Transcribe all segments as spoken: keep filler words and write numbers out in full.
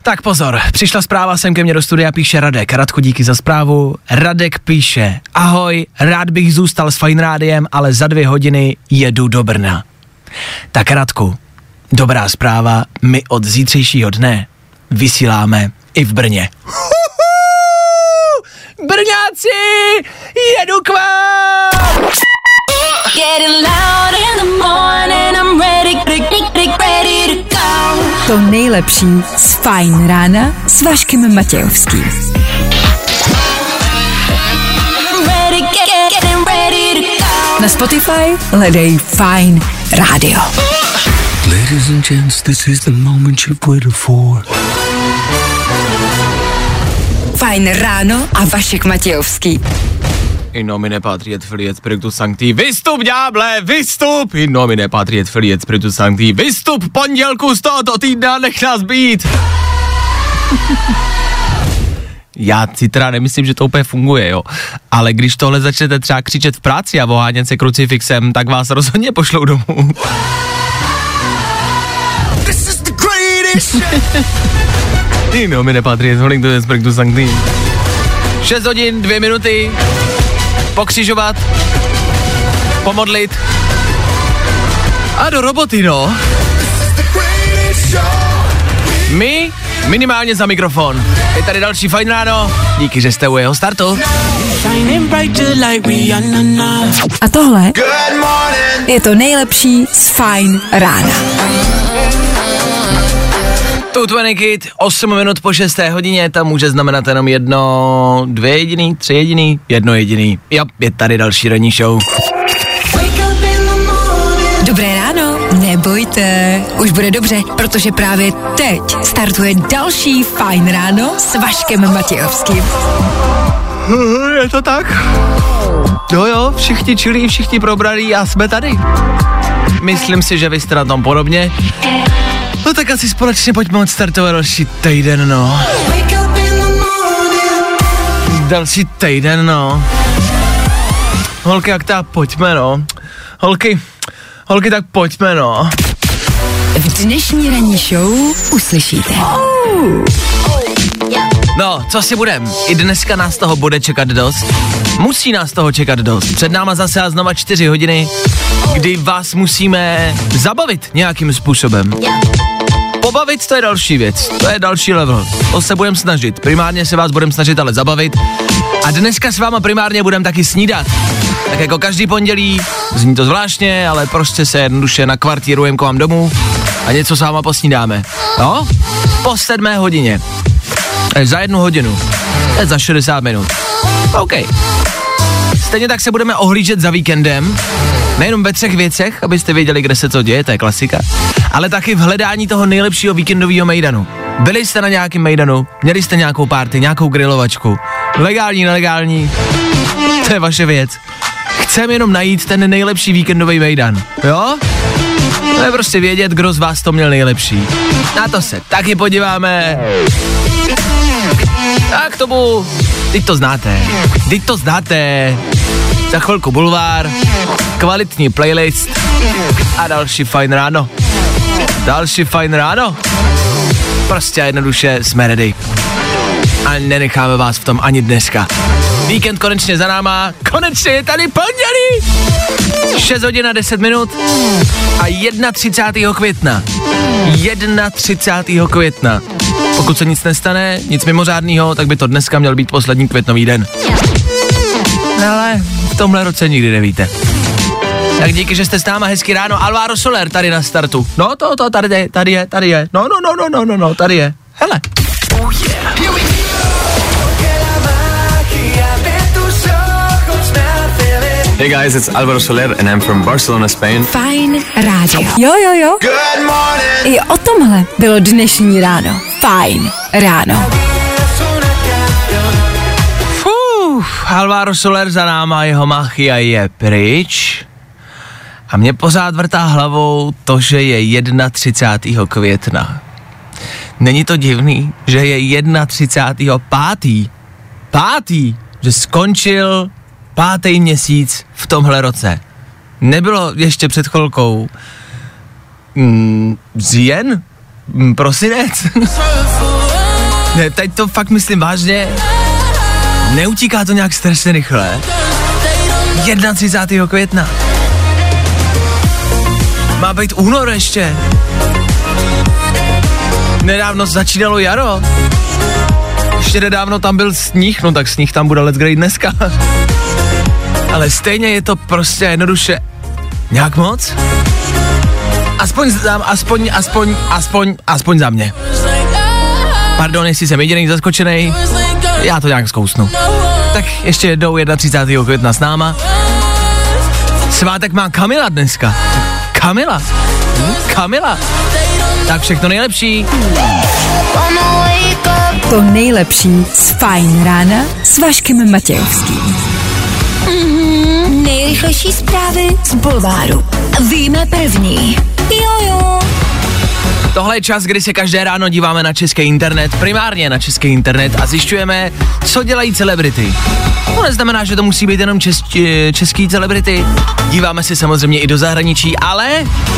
Tak pozor, přišla zpráva sem ke mně do studia, píše Radek. Radku, díky za zprávu. Radek píše, ahoj, rád bych zůstal s Fajn rádiem, ale za dvě hodiny jedu do Brna. Tak Radku, dobrá zpráva, my od zítřejšího dne vysíláme i v Brně. Brňáci, jedu k vám! To nejlepší z Fajn rána s Vaškem Matějovským. Na Spotify hledej Fajn rádio. Ladies and gents, this is the moment you've waited for. Fajn ráno a Vašek Matějovský. In nomine Patriet Filiet Spiritus Sancti, vystup, ďáble, vystup! In nomine Patriet Filiet Spiritus Sancti, vystup pondělku z tohoto týdna, nech nás být! Já si teda nemyslím, že to úplně funguje, jo. Ale když tohle začnete třeba křičet v práci a vohánět se krucifixem, tak vás rozhodně pošlou domů. This is the greatest In nomine Patriet Filiet Spiritus Sancti. šest hodin, dvě minuty. Pokřižovat, pomodlit a do roboty, no. My minimálně za mikrofon. Je tady další Fajn ráno, díky, že jste u jeho startu. A tohle je to nejlepší z Fajn rána. Tu dvacet Kid, osm minut po šesté hodině, tam může znamenat jenom jedno, dvě jediný, tři jediný, jedno jediný. Jo, je tady další ranní show. Dobré ráno, nebojte, už bude dobře, protože právě teď startuje další Fajn ráno s Vaškem Matějovským. Je to tak? Jo jo, všichni čilí, všichni probrali a jsme tady. Myslím si, že vy jste na tom podobně. No tak asi společně pojďme odstartovat další týden, no. Další týden, no. Holky, jak tak pojďme, no. Holky, holky, tak pojďme, no. V dnešní ranní show uslyšíte. No, co si budem? I dneska nás toho bude čekat dost. Musí nás toho čekat dost. Před náma zase a znova čtyři hodiny, kdy vás musíme zabavit nějakým způsobem. Pobavit, to je další věc, to je další level, to se budem snažit, primárně se vás budem snažit ale zabavit a dneska s váma primárně budem taky snídat, tak jako každý pondělí, zní to zvláštně, ale prostě se jednoduše nakvartírujeme k vám domů a něco s váma posnídáme, no, po sedmé hodině, za jednu hodinu, to je za šedesát minut, OK. Stejně tak se budeme ohlížet za víkendem, nejenom ve třech věcech, abyste věděli, kde se co děje, to je klasika, ale taky v hledání toho nejlepšího víkendového mejdanu. Byli jste na nějakém mejdanu, měli jste nějakou party, nějakou grilovačku, legální, nelegální, to je vaše věc. Chceme jenom najít ten nejlepší víkendový mejdan, jo? To je prostě vědět, kdo z vás to měl nejlepší. Na to se taky podíváme. A k tomu, teď to znáte, teď to znáte, za chvilku bulvár, kvalitní playlist a další Fajn ráno. Další Fajn ráno. Prostě jednoduše jsme ready. A nenecháme vás v tom ani dneska. Víkend konečně za náma, konečně je tady pondělí. šest hodin a deset minut a třicátého prvního května. třicátého prvního května. Pokud se nic nestane, nic mimořádného, tak by to dneska měl být poslední květnový den. No ale v tomhle roce nikdy nevíte. Tak díky, že jste s náma, hezky ráno. Alvaro Soler tady na startu. No to, to, tady je, tady je, tady je. No, no, no, no, no, no, no, tady je. Hele. Oh yeah. Hey guys, it's Alvaro Soler and I'm from Barcelona, Spain. Fajn rádio. Jo, jo, jo. Good morning. I o tomhle bylo dnešní ráno. Fajn ráno. Fuh, Alvaro Soler za náma, jeho machia je pryč. A mě pořád vrtá hlavou to, že je třicátého prvního května. Není to divný, že je třicátého prvního Pátý, že skončil pátý měsíc v tomhle roce. Nebylo ještě před chvilkou mm, říjen? Mm, prosinec? Ne, teď to fakt myslím vážně. Neutíká to nějak strašně rychle. třicátého prvního května. Má být únor ještě. Nedávno začínalo jaro. Ještě nedávno tam byl sníh, no tak sníh tam bude let's great dneska. Ale stejně je to prostě jednoduše nějak moc. Aspoň, aspoň, aspoň, aspoň, aspoň za mě. Pardon, jestli jsem jediný zaskočený, já to nějak zkousnu. Tak ještě jednou třicátého prvního května s náma. Svátek má Kamila dneska. Kamila. Hm? Kamila. Tak všechno nejlepší. To nejlepší z Fajn rána s Vaškem Matějovským. Mm-hmm, nejrychlejší zprávy z bulváru. Víme první. Jojo. Tohle je čas, kdy se každé ráno díváme na český internet, primárně na český internet a zjišťujeme, co dělají celebrity. To neznamená, že to musí být jenom čes, český celebrity. Díváme se samozřejmě i do zahraničí, ale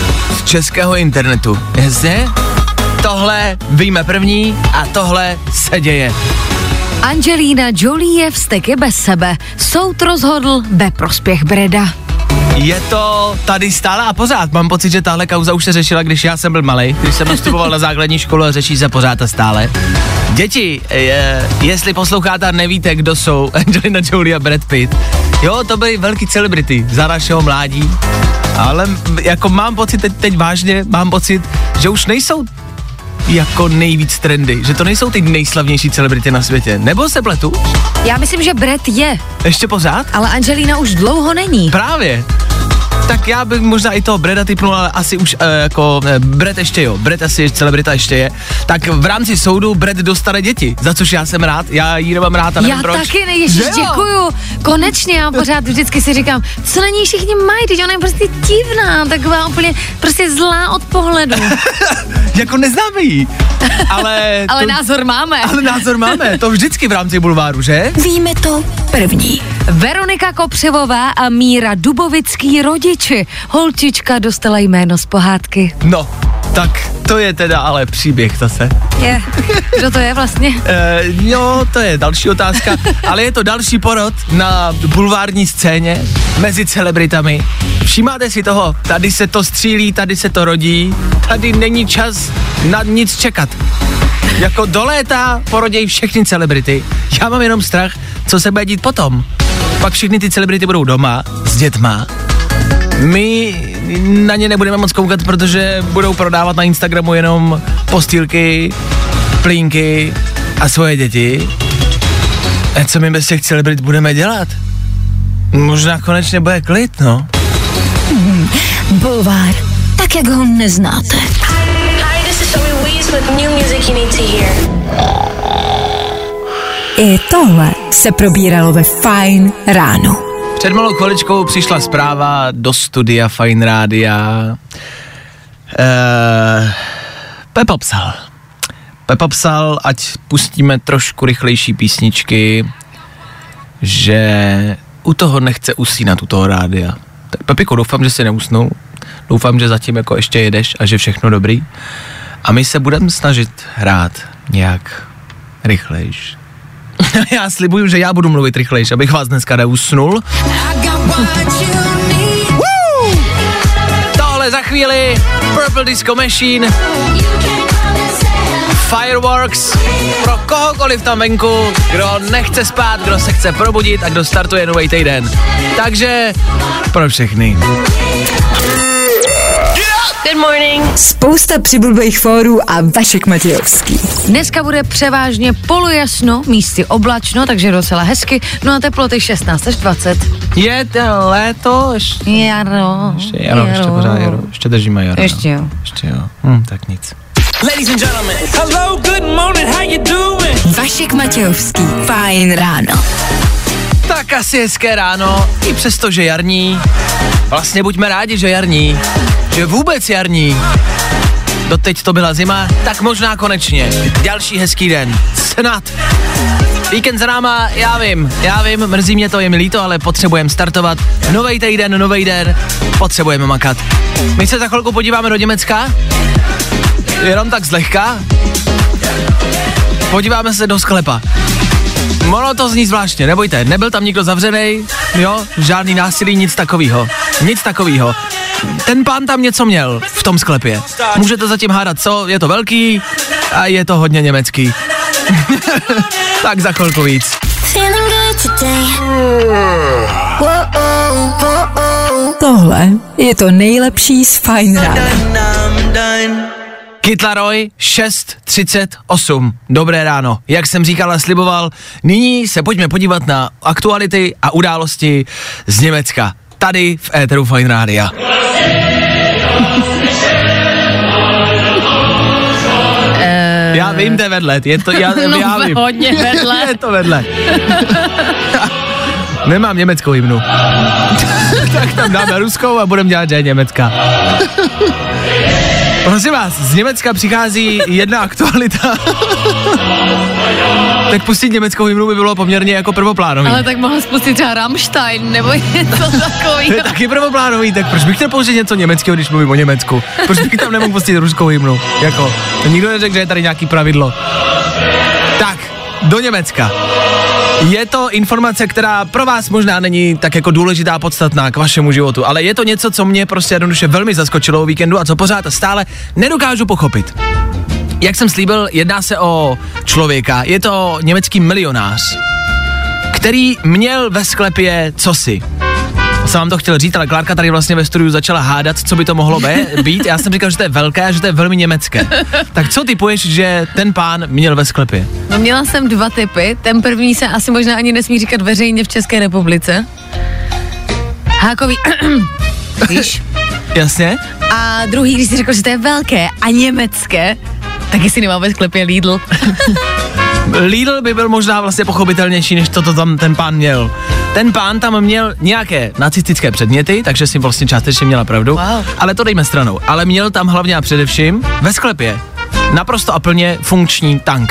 z českého internetu. Jasně? Tohle víme první a tohle se děje. Angelina Jolie je vzteky bez sebe. Soud rozhodl ve prospěch Breda. Je to tady stále a pořád. Mám pocit, že tahle kauza už se řešila, když já jsem byl malej, když jsem nastupoval na základní školu a řeší se pořád a stále. Děti, je, jestli posloucháte a nevíte, kdo jsou Angelina Jolie a Brad Pitt, jo, to byly velký celebrity za našeho mládí, ale jako mám pocit, teď, teď vážně, mám pocit, že už nejsou jako nejvíc trendy, že to nejsou ty nejslavnější celebrity na světě, nebo se pletu? Já myslím, že Brad je. Ještě pořád? Ale Angelina už dlouho není. Právě. Tak já bych možná i toho Breda typnul, ale asi už uh, jako uh, Brad ještě jo, Brad asi celebrita ještě je. Tak v rámci soudu Brad dostane děti, za což já jsem rád, já jí nemám rád a nevím já proč. Já taky, ne, ježiš, děkuju. Konečně, já pořád vždycky si říkám, co na ní všichni mají, teď ona je prostě divná, taková úplně prostě zlá od pohledu. Jako neznáme jí. Ale, ale to, názor máme. Ale názor máme, to vždycky v rámci bulváru, že? Víme to první. Veronika Kopřivová a Míra Dubovický rodiči. Holčička dostala jméno z pohádky. No, tak to je teda ale příběh zase. Je, kdo to je vlastně? E, jo, to je další otázka, ale je to další porod na bulvární scéně mezi celebritami. Všímáte si toho, tady se to střílí, tady se to rodí, tady není čas na nic čekat. Jako do léta porodějí všechny celebrity. Já mám jenom strach, co se bude dít potom. Pak všechny ty celebrity budou doma s dětma. My na ně nebudeme moc koukat, protože budou prodávat na Instagramu jenom postýlky, plínky a svoje děti. A co my bez těch celebrit budeme dělat? Možná konečně bude klid, no. Hmm, bulvár, tak jak ho neznáte. Hi, this is Zoe Wees with new music you need to hear. I tohle se probíralo ve Fajn ráno. Před malou chviličkou přišla zpráva do studia Fajn rádia. Uh, Pepa psal. Pepa psal, ať pustíme trošku rychlejší písničky, že u toho nechce usínat, u toho rádia. Tak Pepiko, doufám, že jsi neusnul. Doufám, že zatím jako ještě jedeš a že všechno dobrý. A my se budeme snažit hrát nějak rychlejš. Já slibuju, že já budu mluvit rychlejš, abych vás dneska neusnul. Tohle za chvíli Purple Disco Machine, Fireworks, pro kohokoliv tam venku, kdo nechce spát, kdo se chce probudit a kdo startuje nový týden. Takže pro všechny. Good morning. Spousta přibulbých fórů a Vašek Matějovský. Dneska bude převážně polojasno, místy oblačno, takže docela hezky, no a teploty šestnáct až dvacet. Je to léto? Ještě, Jaro. ještě jaro, jaro. ještě pořád jaro, ještě držíme jaro. Ještě jo. Ještě jo, hm, tak nic. Ladies and gentlemen, hello, good morning, how you doing? Vašek Matějovský, Fajn ráno. Tak asi hezké ráno, i přesto, že jarní. Vlastně buďme rádi, že jarní. Že vůbec jarní. Doteď to byla zima, tak možná konečně. Další hezký den. Snad. Víkend za náma, já vím, já vím, mrzí mě to, je mi líto, ale potřebujeme startovat. Novej týden, novej den, potřebujeme makat. My se za chvilku podíváme do Německa. Jenom tak zlehka. podíváme se do sklepa. Ono to zní zvláštně, nebojte, nebyl tam nikdo zavřenej, jo, žádný násilí, nic takového, nic takového. Ten pán tam něco měl v tom sklepě. Můžete zatím hádat co, je to velký a je to hodně německý. Tak za chvilku víc. Tohle je to nejlepší z Fajn rána. Kid Laroi, šest třicet osm. Dobré ráno. Jak jsem říkal a sliboval, nyní se pojďme podívat na aktuality a události z Německa. Tady v éteru Fajn rádia. Já vím, to je vedle, je to, já, no, já vím. hodně vedle. Je to vedle. Nemám německou hymnu. Tak tam dáme ruskou a budeme dělat, že je německá. Prosím vás, z Německa přichází jedna aktualita. Tak pustit německou hymnu by bylo poměrně jako prvoplánový. Ale tak mohl spustit třeba Rammstein nebo něco takového. To je taky prvoplánový, tak proč bych chtěl použít něco německého, když mluvím o Německu? Proč bych tam nemohl pustit ruskou hymnu? Jako, to nikdo neřekl, že je tady nějaký pravidlo. Tak, do Německa. Je to informace, která pro vás možná není tak jako důležitá, podstatná k vašemu životu, ale je to něco, co mě prostě jednoduše velmi zaskočilo o víkendu a co pořád a stále nedokážu pochopit. Jak jsem slíbil, jedná se o člověka, je to německý milionář, který měl ve sklepě cosi. Jsem vám to chtěl říct, ale Klárka tady vlastně ve studiu začala hádat, co by to mohlo být. Já jsem říkal, že to je velké a že to je velmi německé. Tak co typuješ, že ten pán měl ve sklepě? No, měla jsem dva typy. Ten první se asi možná ani nesmí říkat veřejně v České republice. Hákový, víš? Jasně. A druhý, když jsi řekl, že to je velké a německé, tak jestli nemá ve sklepě Lidl. Lidl by byl možná vlastně pochopitelnější, než to, to tam ten pán měl. Ten pán tam měl nějaké nacistické předměty, takže si vlastně částečně měla pravdu, wow. Ale to dejme stranou. Ale měl tam hlavně a především ve sklepě naprosto a plně funkční tank.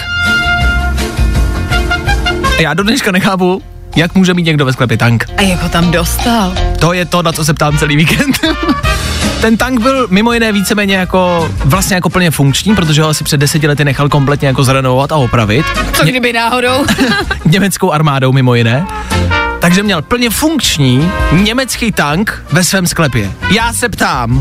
A já do dneška nechápu, jak může mít někdo ve sklepě tank. A jak ho tam dostal? To je to, na co se ptám celý víkend. Ten tank byl mimo jiné víceméně jako, vlastně jako plně funkční, protože ho asi před deseti lety nechal kompletně jako zrenovovat a opravit. Co kdyby náhodou? Německou armádou mimo jiné. Takže měl plně funkční německý tank ve svém sklepě. Já se ptám,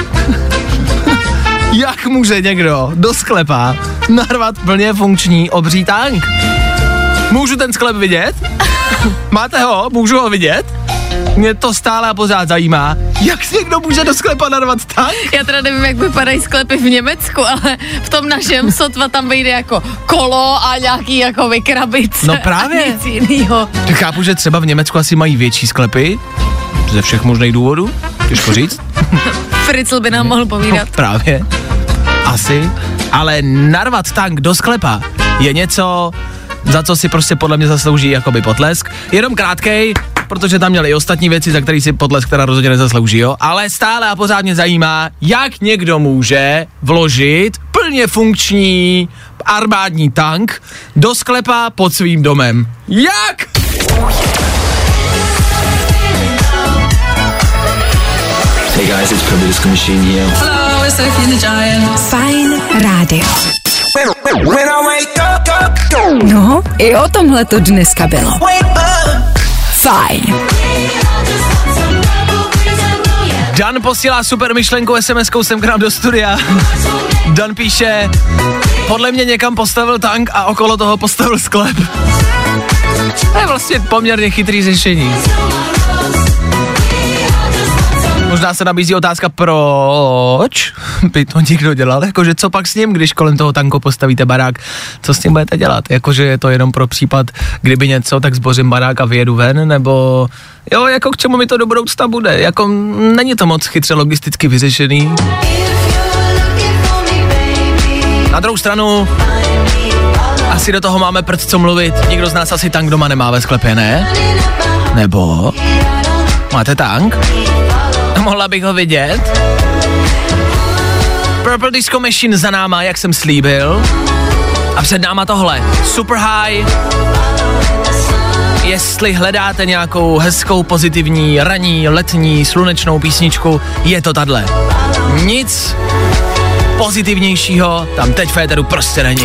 jak může někdo do sklepa narvat plně funkční obří tank? Můžu ten sklep vidět? Máte ho? Můžu ho vidět? Mě to stále a pořád zajímá, jak někdo může do sklepa narvat tank? Já teda nevím, jak vypadají sklepy v Německu, ale v tom našem sotva tam vyjde jako kolo a nějaký jako krabice. No právě. A nic jinýho. Chápu, že třeba v Německu asi mají větší sklepy, ze všech možných důvodů, těžko říct. Fritzl by nám mohl povídat. No, právě. Asi. Ale narvat tank do sklepa je něco, za co si prostě podle mě zaslouží jakoby potlesk. Jenom krátkej, protože tam měli i ostatní věci, za který si potlesk teda rozhodně nezaslouží, jo. Ale stále a pořád mě zajímá, jak někdo může vložit plně funkční armádní tank do sklepa pod svým domem. Jak? Hey guys, it's Purple Disco Machine here. Hello, it's Sophie the Giant. Fajn rádio. No, i o tomhle to dneska bylo. Fajn. Dan posílá super myšlenku es em eskou sem k nám do studia. Dan píše, podle mě někam postavil tank a okolo toho postavil sklep. To je vlastně poměrně chytrý řešení. Možná se nabízí otázka, proč by to někdo dělal, jakože co pak s ním, když kolem toho tanku postavíte barák, co s tím budete dělat, jakože je to jenom pro případ, kdyby něco, tak zbořím barák a vyjedu ven, nebo jo, jako k čemu mi to do budoucna bude, jako není to moc chytře logisticky vyřešený. Na druhou stranu, asi do toho máme prd co mluvit, nikdo z nás asi tank doma nemá ve sklepě, ne? Nebo máte tank? Mohla bych ho vidět? Purple Disco Machine za náma, jak jsem slíbil. A před náma tohle. Super High. Jestli hledáte nějakou hezkou, pozitivní, ranní, letní, slunečnou písničku, je to tadle. Nic pozitivnějšího tam teď v éteru prostě není.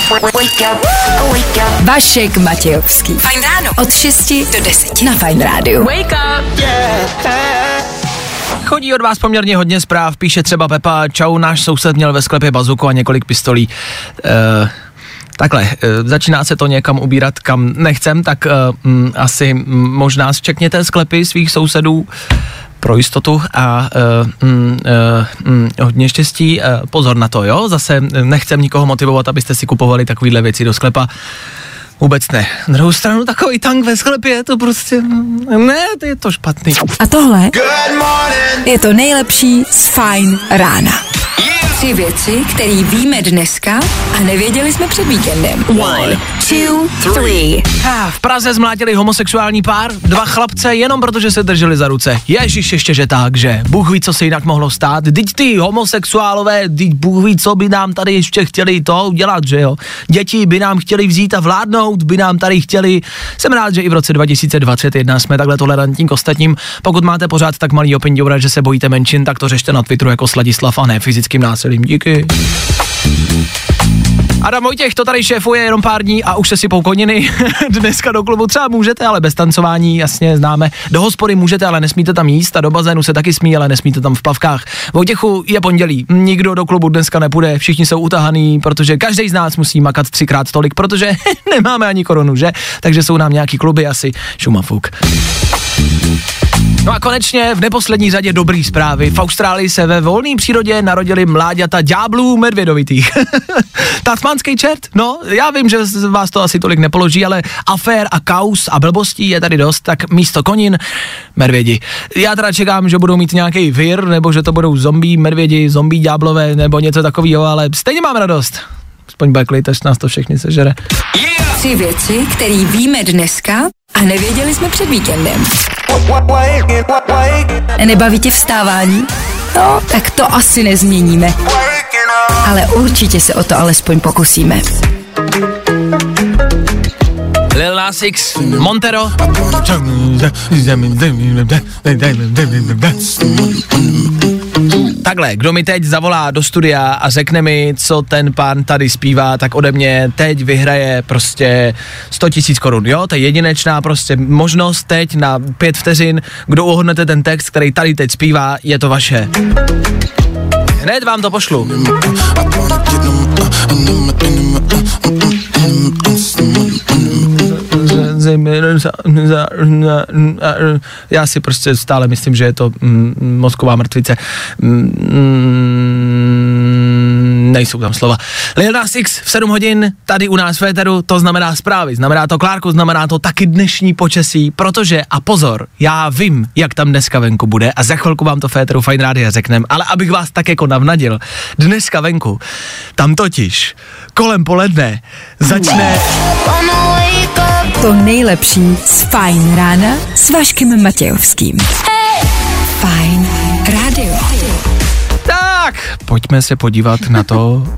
Vašek Matějovský. Fajn ráno. Od šesti do deseti na Fajn rádiu. Wake up! Yeah. Chodí od vás poměrně hodně zpráv, píše třeba Pepa, čau, náš soused měl ve sklepě bazuku a několik pistolí. Uh, Takhle, uh, začíná se to někam ubírat, kam nechcem, tak uh, um, asi um, možná zčekněte sklepy svých sousedů pro jistotu a uh, um, uh, um, hodně štěstí. Uh, pozor na to, jo, zase nechcem nikoho motivovat, abyste si kupovali takovýhle věci do sklepa. Vůbec ne. Na druhou stranu takový tank ve sklepě, to prostě, ne, to je to špatný. A tohle je to nejlepší z Fajn rána. Tři věci, které víme dneska a nevěděli jsme před víkendem. One, two, three. V Praze zmlátili homosexuální pár, dva chlapce, jenom protože se drželi za ruce. Ježiš, ještě že tak, že? Bůh ví, co se jinak mohlo stát. Vždyť ty homosexuálové, vždyť Bůh ví, co by nám tady ještě chtěli to udělat, že jo? Děti by nám chtěli vzít a vládnout, by nám tady chtěli. Jsem rád, že i v roce dva tisíce dvacet jedna jsme takhle tolerantní k ostatním. Pokud máte pořád tak malý opinioura, že se bojíte menšin, tak to řešte na Twitteru jako Sladislav a ne fyzickým násilím. Díky. Adam Vojtěch to tady šéfuje jenom pár dní a už se sypou koniny. Dneska do klubu třeba můžete, ale bez tancování, jasně známe. Do hospody můžete, ale nesmíte tam jíst a do bazénu se taky smí, ale nesmíte tam v plavkách. Vojtěchu, je pondělí, nikdo do klubu dneska nepůjde, všichni jsou utahaný, protože každý z nás musí makat třikrát tolik, protože nemáme ani korunu, že? Takže jsou nám nějaký kluby asi šumafuk. No a konečně v neposlední řadě dobrý zprávy. V Austrálii se ve volné přírodě narodili mláďata ďáblů medvědovitých. Tasmanský čert? No, já vím, že z vás to asi tolik nepoloží, ale afér a kaus a blbostí je tady dost, tak místo konin, medvědi. Já teda čekám, že budou mít nějaký vir, nebo že to budou zombie medvědi, zombie ďáblové, nebo něco takového, ale stejně mám radost. Aspoň backlit, až nás to všechny sežere. Yeah! Tři věci, které víme dneska a nevěděli jsme před víkendem. Nebaví tě vstávání? No, tak to asi nezměníme. Ale určitě se o to alespoň pokusíme. Lil Nas X, Montero. Takhle, kdo mi teď zavolá do studia a řekne mi, co ten pán tady zpívá, tak ode mě teď vyhraje prostě sto tisíc korun, jo? To je jedinečná prostě možnost teď na pět vteřin, kdo uhodnete ten text, který tady teď zpívá, je to vaše. Hned vám to pošlu. Já si prostě stále myslím, že je to mm, mozková mrtvice. Mm, nejsou tam slova. Lil Nas X v sedm hodin tady u nás v éteru, to znamená zprávy, znamená to Klárku, znamená to taky dnešní počasí, protože, a pozor, já vím, jak tam dneska venku bude a za chvilku vám to v éteru Fajn rádia řeknem, ale abych vás tak jako navnadil, dneska venku, tam totiž kolem poledne začne to nejlepší z Fajn rána s Vaškem Matějovským. Fajn rádio. Tak, pojďme se podívat na to,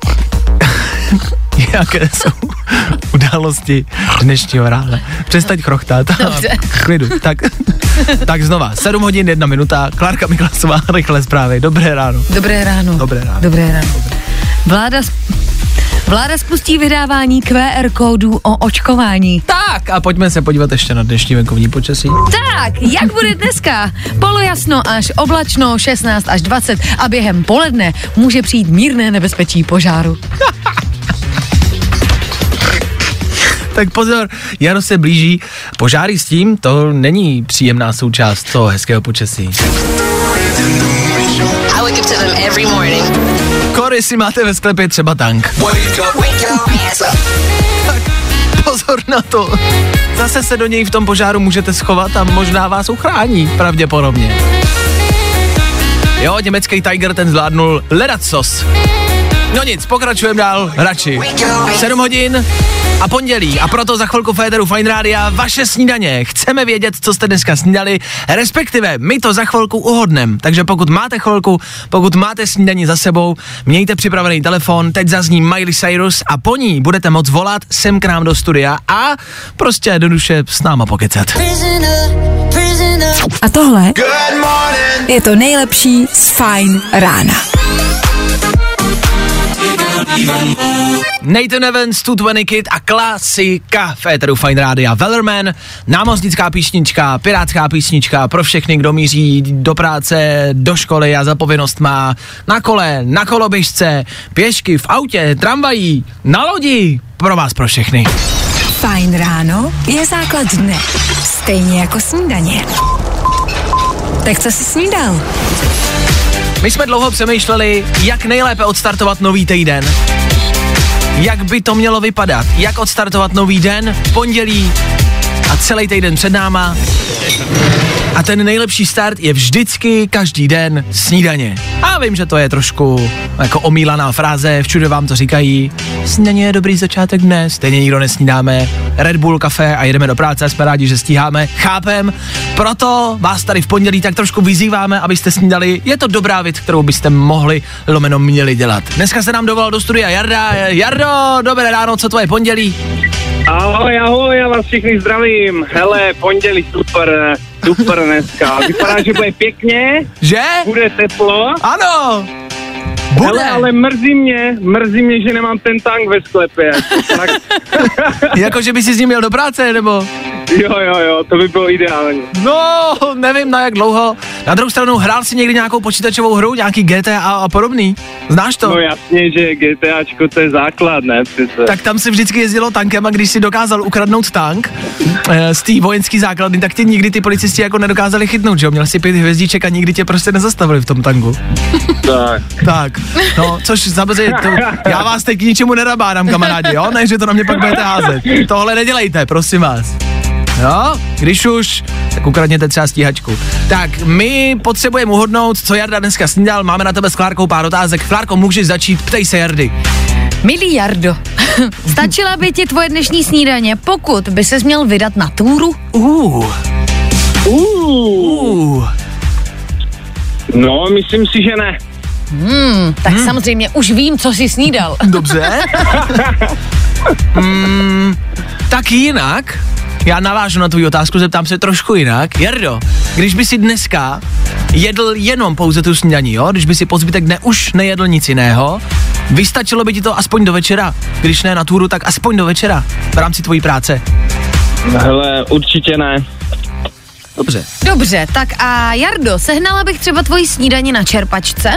jaké jsou události dnešního rána. Přestaň chrochtat. Dobře. Klidu. Tak, tak znova, sedm hodin, jedna minuta, Klárka Miklasová, rychlé zprávy. Dobré ráno. Dobré ráno. Dobré ráno. Dobré ráno. Vláda, vláda spustí vydávání Q R kódů o očkování. Tak a pojďme se podívat ještě na dnešní venkovní počasí. Tak, jak bude dneska? Polojasno až oblačno, šestnáct až dvacet a během poledne může přijít mírné nebezpečí požáru. Tak pozor, jaro se blíží, požáry s tím, to není příjemná součást toho hezkého počasí. I wake up to them every morning. Kory si máte ve sklepě třeba tank. Tak pozor na to. Zase se do něj v tom požáru můžete schovat a možná vás uchrání, pravděpodobně. Jo, německý Tiger ten zvládnul ledacos. No nic, pokračujeme dál, radši. sedm hodin a pondělí a proto za chvilku Féteru Fajn rádia vaše snídaně. Chceme vědět, co jste dneska snídali, respektive my to za chvilku uhodneme. Takže pokud máte chvilku, pokud máte snídaní za sebou, mějte připravený telefon, teď zazní Miley Cyrus a po ní budete moct volat sem k nám do studia a prostě jednoduše s náma pokecat. A tohle je to nejlepší z Fajn rána. Nathan Evans, sto dvacet Kid a klasika v éteru Fine Rádia. Wellerman, námořnická písnička, pirátská písnička pro všechny, kdo míří do práce, do školy a zapovinnost má na kole, na koloběžce, pěšky, v autě, tramvají, na lodi, pro vás, pro všechny. Fajn ráno je základ dne, stejně jako snídaně. Tak co jsi snídal? My jsme dlouho přemýšleli, jak nejlépe odstartovat nový týden. Jak by to mělo vypadat? Jak odstartovat nový den, pondělí a celý týden před náma. A ten nejlepší start je vždycky každý den snídaně. A vím, že to je trošku jako omílaná fráze, všude vám to říkají. Snídaně je dobrý začátek dne, stejně nikdo nesnídáme. Red Bull, kafe a jedeme do práce, jsme rádi, že stíháme. Chápem, proto vás tady v pondělí tak trošku vyzýváme, abyste snídali. Je to dobrá věc, kterou byste mohli, lomeno měli dělat. Dneska se nám dovolal do studia Jarda. Jardo, dobré ráno, co tvoje pondělí? Ahoj, ahoj, já vás všichni zdravím. Hele, pondělí super, super dneska. Vypadá, že bude pěkně. Že? Bude teplo. Ano. Bude. Hele, ale mrzí mě, mrzí mě, že nemám ten tank ve sklepě. Tak... Jako, že by si s ním měl do práce, nebo? Jo, jo, jo, to by bylo ideální. No, nevím na jak dlouho. Na druhou stranu, hrál jsi někdy nějakou počítačovou hru, nějaký G T A a podobný? Znáš to? No jasně, že GTAčko to je základ, ne? Přece. Tak tam si vždycky jezdilo tankem a když si dokázal ukradnout tank e, z té vojenský základny, tak tě nikdy ty policisti jako nedokázali chytnout, že jo? Měl si pět hvězdíček a nikdy tě prostě nezastavili v tom tanku. Tak. Tak, no, což zabře, to, já vás teď k ničemu nerabádám, kamarádi, jo? Ne, že to na mě pak budete házet. Tohle nedělejte, prosím vás. Jo, když už, tak ukradněte třeba stíhačku. Tak, my potřebujeme uhodnout, co Jarda dneska snídal, máme na tebe s Klárkou pár otázek. Klárko, můžeš začít, ptej se Jardy. Milý Jardo, stačila by ti tvoje dnešní snídaně, pokud by ses měl vydat na túru? Uh. Uh. No, myslím si, že ne. Hmm, tak hmm. samozřejmě už vím, co jsi snídal. Dobře. hmm, tak jinak, já navážu na tvou otázku, zeptám se trošku jinak. Jardo, když by si dneska jedl jenom pouze tu snídaní, jo? Když by si po zbytek dne už nejedl nic jiného, vystačilo by ti to aspoň do večera? Když ne na túru, tak aspoň do večera v rámci tvojí práce. Hele, určitě ne. Dobře. Dobře, tak a Jardo, sehnala bych třeba tvoji snídaní na čerpačce?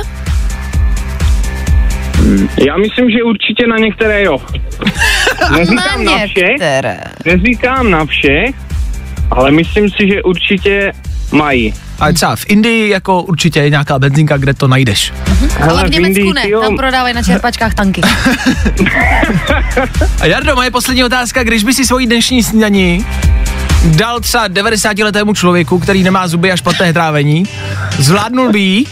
Já myslím, že určitě na některé jo. Neříkám na, na všech, neříkám na všech, ale myslím si, že určitě mají. A třeba v Indii jako určitě je nějaká benzinka, kde to najdeš. Uh-huh. Ale v Německu ne, tam prodávají na čerpačkách tanky. A Jardo, moje poslední otázka, když by si svoji dnešní snídaní dal třeba devadesátiletému člověku, který nemá zuby a špatné trávení, zvládnul by jí?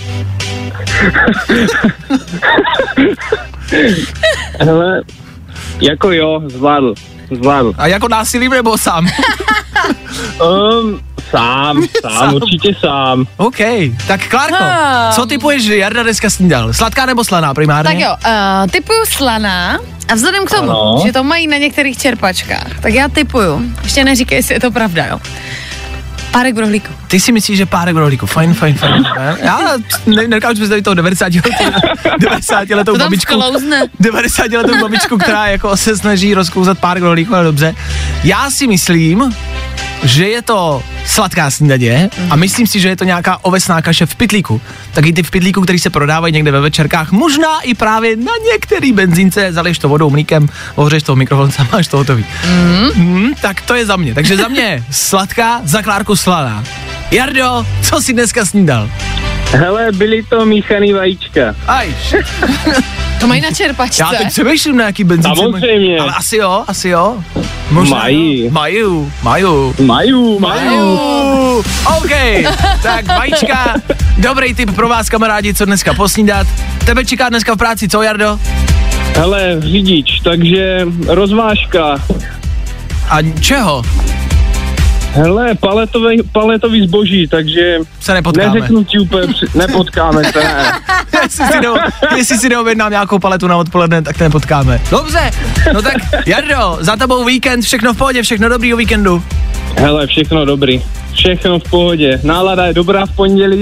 Hele, jako jo, zvládl, zvládl. A jako násilím nebo sám? um, sám, sám, sám, určitě sám. OK, tak Klárko, um. co typuješ, že Jarda dneska snídal? Sladká nebo slaná primárně? Tak jo, uh, typuju slaná a vzhledem k tomu, ano. že to mají na některých čerpačkách, tak já typuju, ještě neříkej, jestli je to pravda, jo. Párek v rohlíku. Ty si myslíš, že párek v rohlíku, fajn, fajn, fajn. Já ne, nedokážu představit toho devadesátiletou babičku, devadesátiletou babičku, která jako se snaží rozkouzat párek v rohlíku, ale dobře. Já si myslím, že je to sladká snídaně a myslím si, že je to nějaká ovesná kaše v pytlíku. Taky ty v pytlíku, který se prodávají někde ve večerkách, možná i právě na některý benzínce, zaliješ to vodou, mlíkem, ohřeš to v mikrovlnce a máš to hotový. Mm. Mm, tak to je za mě. Takže za mě sladká, za Klárku slaná. Jardo, co jsi dneska snídal? Hele, byly to míchaný vajíčka. Aj. To mají na čerpačce. Já teď přemýšlím na jaký benzínce. Samozřejmě. Ale asi jo, asi jo. Možná mají. Mají, mají. Mají, mají. OK, tak vajíčka, dobrý tip pro vás, kamarádi, co dneska posnídat. Tebe čeká dneska v práci, co, Jardo? Hele, řidič, takže rozvážka. A čeho? Hele, paletový, paletový zboží, takže se nepotkáme. Neřeknu ti úplně, při... nepotkáme se, ne. jestli, si do, jestli si neobjednám nějakou paletu na odpoledne, tak to nepotkáme. Dobře, no tak Jardo, za tebou víkend, všechno v pohodě, všechno dobrý o víkendu. Hele, všechno dobrý, všechno v pohodě, nálada je dobrá v pondělí.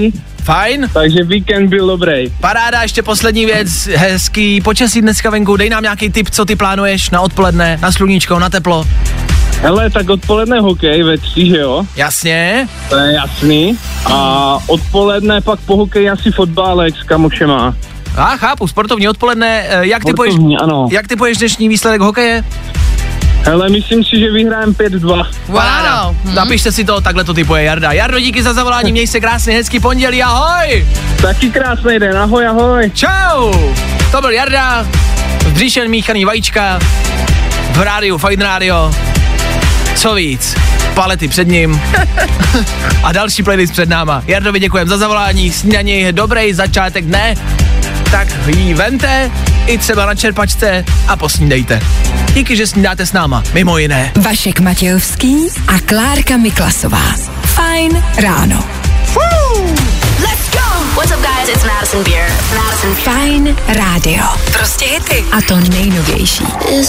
Fajn. Takže víkend byl dobrý. Paráda, ještě poslední věc, hezký počasí dneska venku, dej nám nějaký tip, co ty plánuješ na odpoledne, na sluníčko, na teplo. Hele, tak odpoledne hokej ve tři, že jo? Jasně. To je jasný. A odpoledne pak po hokeji asi fotbálek s kamošema. A chápu, sportovní odpoledne, jak ty poješ, jak ty poješ dnešní výsledek hokeje? Hele, myslím si, že vyhrajeme pět dva. Wow. Hmm. Napište si to, takhle to typuje Jarda. Jardo, díky za zavolání, měj se krásně, hezký pondělí, ahoj! Taky krásný den, ahoj, ahoj. Čau! To byl Jarda, v bříšen míchaný vajíčka, v rádiu, Fajn rádio. Co víc? Palety před ním a další playlist před náma. Jardovi děkujem za zavolání, snídaní je dobrý začátek dne, tak jí vemte, i třeba na čerpačce a posnídejte. Díky, že snídáte s náma, mimo jiné. Vašek Matějovský a Klárka Miklasová. Fajn ráno. Fuu. Let's go! What's up guys, it's Madison Beer. Madison Beer. Fajn rádio. Prostě hity. A to nejnovější.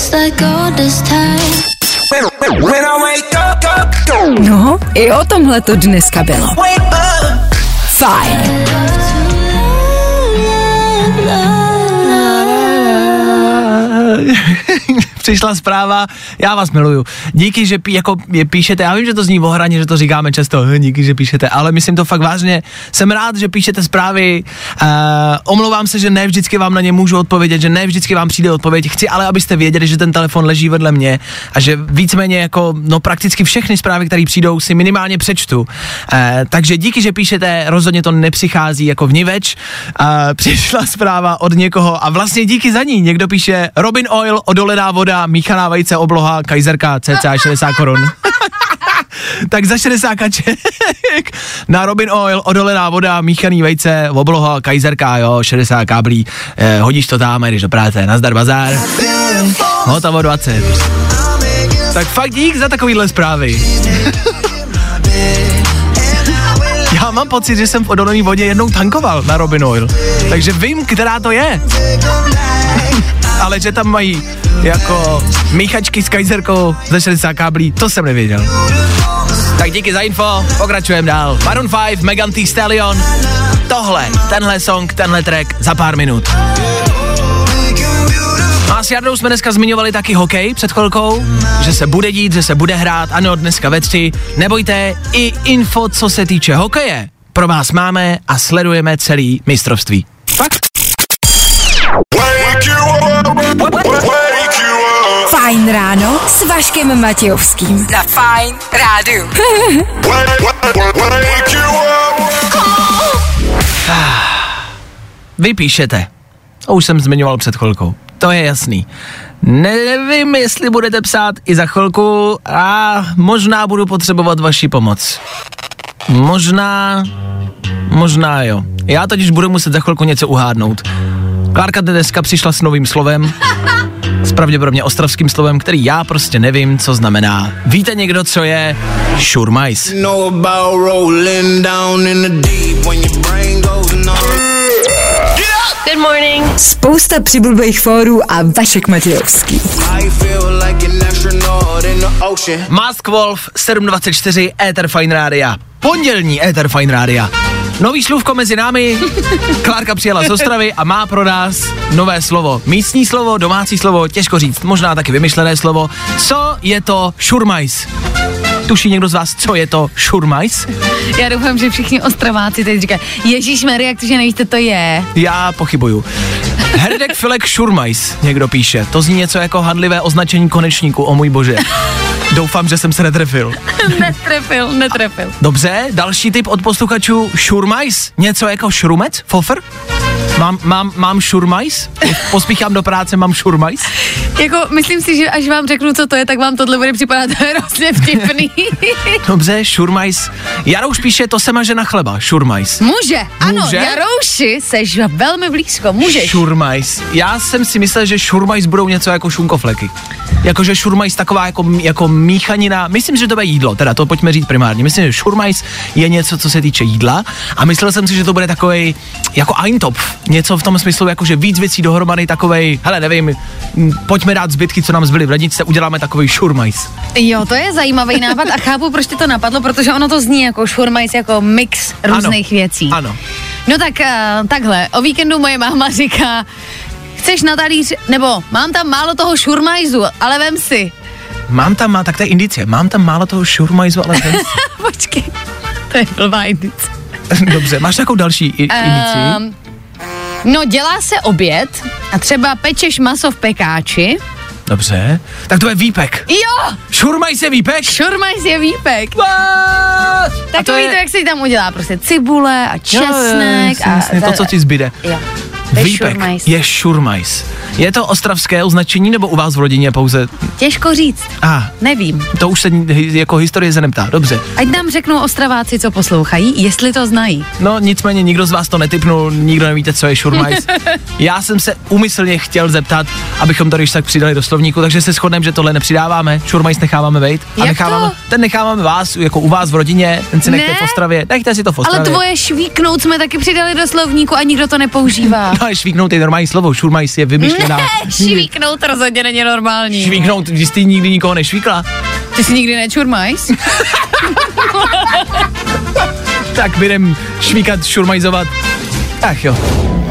No, i o tomhle to dneska bylo. Fajn. Přišla zpráva, já vás miluju. Díky, že pí, jako je píšete, já vím, že to zní ohraně, že to říkáme často, díky, že píšete, ale myslím to fakt vážně. Jsem rád, že píšete zprávy, uh, omlouvám se, že ne vždycky vám na ně můžu odpovědět, že ne vždycky vám přijde odpověď. Chci ale, abyste věděli, že ten telefon leží vedle mě a že víceméně jako, no prakticky všechny zprávy, které přijdou, si minimálně přečtu. Uh, takže díky, že píšete, rozhodně to nepřichází jako vniveč. Uh, přišla zpráva od někoho a vlastně díky za ní. Někdo píše Robin Oil, odolená voda, míchaná vejce, obloha, kajzerka, cca šedesát korun. Tak za šedesát kaček na Robin Oil, odolená voda, míchaný vejce, obloha, kajzerka, jo, šedesát káblí, eh, hodíš to tam, jdeš do práce, nazdar bazár, hotovo dvacet. Tak fakt dík za takovýhle zprávy. Já mám pocit, že jsem v odolený vodě jednou tankoval na Robin Oil, takže vím, která to je. Ale že tam mají jako míchačky s kajzerkou za šedesát káblí, to jsem nevěděl. Tak díky za info, pokračujeme dál. Maroon pět, Megan Thee Stallion. Tohle, tenhle song, tenhle track za pár minut. A s Jardou jsme dneska zmiňovali taky hokej před chvilkou, že se bude dít, že se bude hrát, ano, dneska ve tři. Nebojte, i info, co se týče hokeje, pro vás máme a sledujeme celý mistrovství. Fakt? Fajn ráno s Vaškem Matějovským. Na Fajn rádiu. Vy píšete. To už jsem zmiňoval před chvilkou. To je jasný. Nevím, jestli budete psát i za chvilku a možná budu potřebovat vaši pomoc. Možná, možná jo. Já totiž budu muset za chvilku něco uhádnout. Klárka dneska přišla s novým slovem, s pravděpodobně ostravským slovem, který já prostě nevím, co znamená. Víte někdo, co je šurmajs? Good morning. Spousta přibulbých fórů a Vašek Matějovský. Mask Wolf sedm dvacet čtyři, Éter Fajn rádia. Pondělní Éter Fajn rádia. Nový slůvko mezi námi, Klárka přijela z Ostravy a má pro nás nové slovo. Místní slovo, domácí slovo, těžko říct, možná taky vymyšlené slovo. Co je to šurmajs? Tuší někdo z vás, co je to šurmajs? Já doufám, že všichni Ostraváci teď říkají, ježišmarja, jak to, že nevíte, to je. Já pochybuju. Herdek Filek šurmajs, někdo píše. To zní něco jako handlivé označení konečníku, o můj bože. Doufám, že jsem se netrefil. netrefil, netrefil. Dobře, další tip od posluchačů, šurmajs, něco jako šrumec, fofr? Mám, mám, mám šurmajs? Pospíchám do práce, mám šurmajs? Jako, myslím si, že až vám řeknu, co to je, tak vám tohle bude připadat hrozně vtipný. Dobře, šurmajs. Jarouš píše, to se maže na chleba, šurmajs. Může, ano, Může? Jarouši, seš velmi blízko, můžeš. Šurmajs. Já jsem si myslel, že šurmajs budou něco jako šunkofleky. Jakože šurmajs taková jako, jako míchanina, myslím, že to bude jídlo, teda to pojďme říct primárně. Myslím, že šurmajs je něco, co se týče jídla a myslel jsem si, že to bude takovej jako Eintopf, něco v tom smyslu, jakože víc věcí dohromady, takovej, hele, nevím, pojďme dát zbytky, co nám zbyly v ledničce, uděláme takovej šurmajs. Jo, to je zajímavý nápad a chápu, proč ti to napadlo, protože ono to zní jako šurmajs, jako mix různých ano, věcí. Ano. No tak uh, takhle, o víkendu moje máma říká, chceš na talíř, nebo mám tam málo toho šurmajzu, ale vem si. Mám tam, má, tak to je indicie, mám tam málo toho šurmajzu, ale vem si. Počkej, to je blbá indicie. Dobře, máš takovou další i- indici? Um, no dělá se oběd a třeba pečeš maso v pekáči. Dobře, tak to je výpek. Jo! Šurmajs je výpek? Šurmajs je výpek. What? Takový to, je... to, jak se tam udělá, prostě cibule a česnek. Jo, jo, a to, co ti zbyde. Jo. Výpek je šurmajs. Je to ostravské označení, nebo u vás v rodině pouze? Těžko říct. A. Ah, nevím. To už se jako historie se neptá, dobře. Ať nám řeknou Ostraváci, co poslouchají, jestli to znají. No nicméně nikdo z vás to netipnul, nikdo nevíte, co je šurmajs. Já jsem se úmyslně chtěl zeptat, abychom to když tak přidali do slovníku, takže se shodneme, že tohle nepřidáváme, šurmajs necháváme vejt. A Jak necháváme, to? Ten necháváme vás, jako u vás v rodině, ten si nechte ne? v Ostravě, nechte si to v Ostravě. Ale tvoje švíknout jsme taky přidali do slovníku a nikdo to nepoužívá. No ale švíknout je normální slovo, šurmajs je vymyšlená. Ne, švíknout rozhodně není normální. Švíknout, když ty nikdy nikoho nešvíkla. Ty jsi nikdy nečurmajs? Tak budem švíkat, šurmajzovat. Ach jo.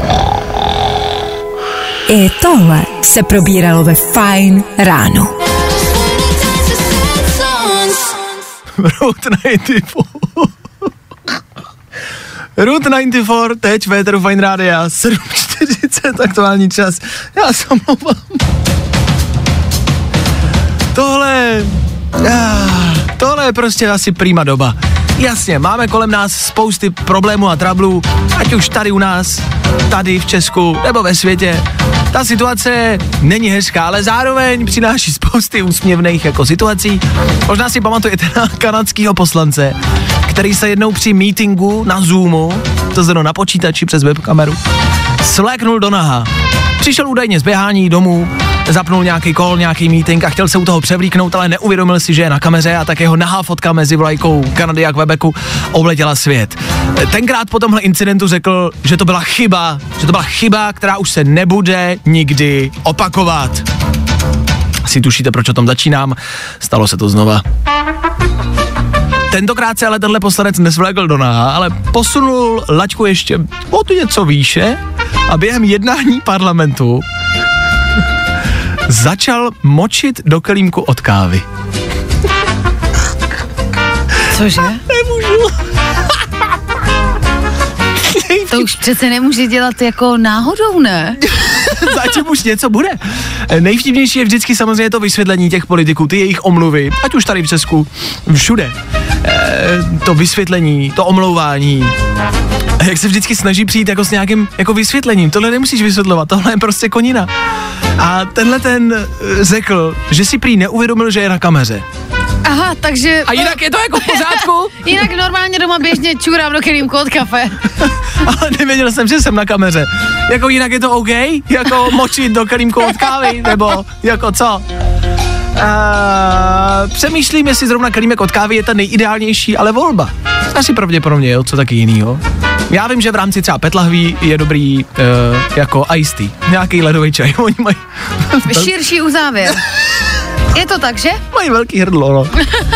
I tohle se probíralo ve Fajn ráno. Route devadesát čtyři. Route devadesát čtyři, teď Véteru Fajn rádia, sedm čtyřicet aktuální čas. Já se omlouvám. Tohle, ah, tohle je prostě asi prima doba. Jasně, máme kolem nás spousty problémů a trablů, ať už tady u nás, tady v Česku, nebo ve světě. Ta situace není hezká, ale zároveň přináší spousty úsměvných jako situací. Možná si pamatujete na kanadského poslance, který se jednou při meetingu na Zoomu, to znamená na počítači přes webkameru, svléknul do naha. Přišel údajně z běhání domů, zapnul nějaký call, nějaký meeting a chtěl se u toho převlíknout, ale neuvědomil si, že je na kameře a tak jeho nahá fotka mezi vlajkou Kanady a Quebecu obletěla svět. Tenkrát po tomhle incidentu řekl, že to byla chyba, že to byla chyba, která už se nebude nikdy opakovat. Asi tušíte, proč o tom začínám, stalo se to znova. Tentokrát se ale tenhle poslanec nesvlékl do naha, ale posunul laťku ještě o tu něco výše a během jednání parlamentu začal močit do kelímku od kávy. Cože? Nemůžu. To už přece nemůže dělat jako náhodou, ne? Zatím už něco bude. Nejvtipnější je vždycky samozřejmě to vysvětlení těch politiků, ty jejich omluvy, ať už tady v Česku, všude. E, to vysvětlení, to omlouvání. A jak se vždycky snaží přijít jako s nějakým jako vysvětlením. Tohle nemusíš vysvětlovat, tohle je prostě konina. A tenhle ten řekl, že si prý neuvědomil, že je na kameře. Aha, takže... A jinak je to jako v pořádku? Jinak normálně doma běžně čurám do kelímku od kafe. Ale nevěděl jsem, že jsem na kameře. Jako jinak je to OK? Jako močit do kelímku od kávy? Nebo jako co? Uh, přemýšlím, jestli zrovna kelímek od kávy je ta nejideálnější, ale volba. Asi pravděpodobně, jo, co taky jinýho. Já vím, že v rámci třeba PET lahví je dobrý uh, jako iced tea. Nějaký ledový čaj. Oni mají... Širší uzávěr. Je to tak, že? Mají velký hrdlo, no.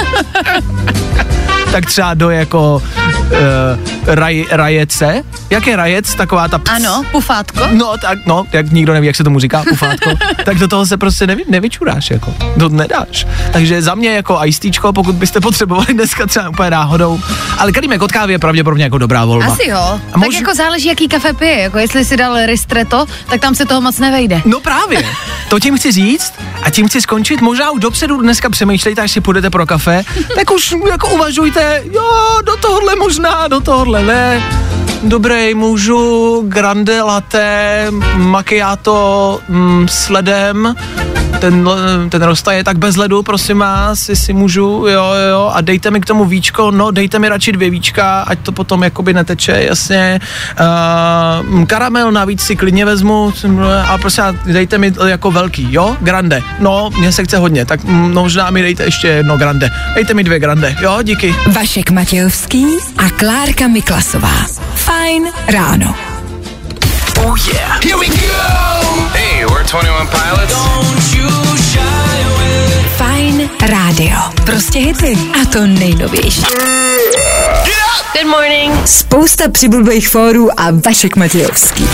Tak třeba do jako uh, raj, rajece. Jak je rajec? Taková ta... Ps. Ano, pufátko. No, tak, no, jak nikdo neví, jak se tomu říká, pufátko. Tak do toho se prostě nevy, nevyčuráš, jako. To nedáš. Takže za mě jako icetýčko, pokud byste potřebovali dneska třeba úplně náhodou. Ale kelímek od kávy je pravděpodobně jako dobrá volba. Asi jo. A mož... Tak jako záleží, jaký kafe pije. Jako jestli si dal ristretto, tak tam se toho moc nevejde. No právě. To tím chci říct a tím chci skončit. Možná už dopředu dneska přemýšlejte, až si půjdete pro kafe, tak už jako uvažujte, jo, do tohohle možná, do tohohle ne. Dobrý, můžu grande latte, macchiato mm, s ledem, ten, ten rosta je tak bez ledu, prosím vás, jestli můžu, jo, jo, a dejte mi k tomu víčko, no dejte mi radši dvě víčka, ať to potom jakoby neteče, jasně, uh, karamel navíc si klidně vezmu, a prostě dejte mi jako velký, jo, grande, no, mně se chce hodně, tak možná mi dejte ještě jedno grande, dejte mi dvě grande, jo, díky. Vašek Matějovský a Klárka Miklasová. Fajn ráno. Oh yeah. Here we go. Hey, we're twenty one Pilots. Don't you shy away. Fajn rádio. Prostě hity. A to nejnovější. Good morning. Spousta přibulbých fórů a Vašek Matějovský.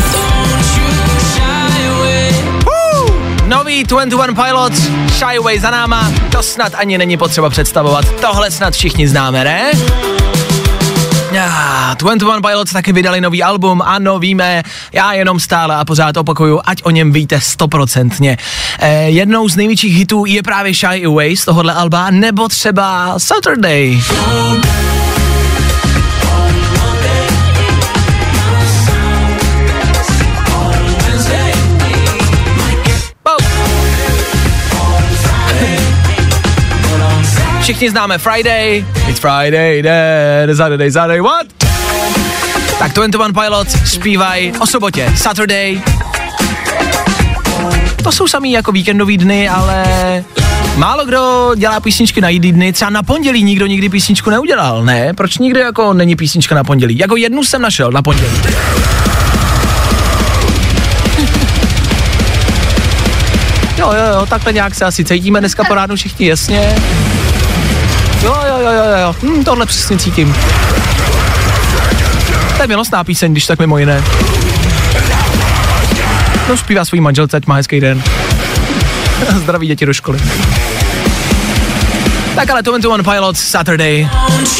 Nový dvacet jedna Pilots, Shy Away za náma, to snad ani není potřeba představovat, tohle snad všichni známe, ne? Ah, dvacet jedna Pilots taky vydali nový album, ano, víme, já jenom stále a pořád opakuju, ať o něm víte stoprocentně. Eh, jednou z největších hitů je právě Shy Away z tohohle alba, nebo třeba Saturday. Všichni známe Friday, it's Friday, then Saturday, Saturday, what? Tak dvacet jedna Pilots zpívají o sobotě, Saturday. To jsou samý jako víkendový dny, ale málo kdo dělá písničky na jiný dny, třeba na pondělí nikdo nikdy písničku neudělal, ne? Proč nikdy jako není písnička na pondělí? Jako jednu jsem našel na pondělí. Jo, jo, jo, takhle nějak se asi cítíme dneska po ránu všichni, jasně. Jo, jo, jo, jo, jo, hm, tohle přesně cítím. To je milostná píseň, když tak mimo jiné. No, zpívá svůj manželce, ať má hezký den. Zdraví děti do školy. Tak ale dvacet jedna Pilots, Saturday.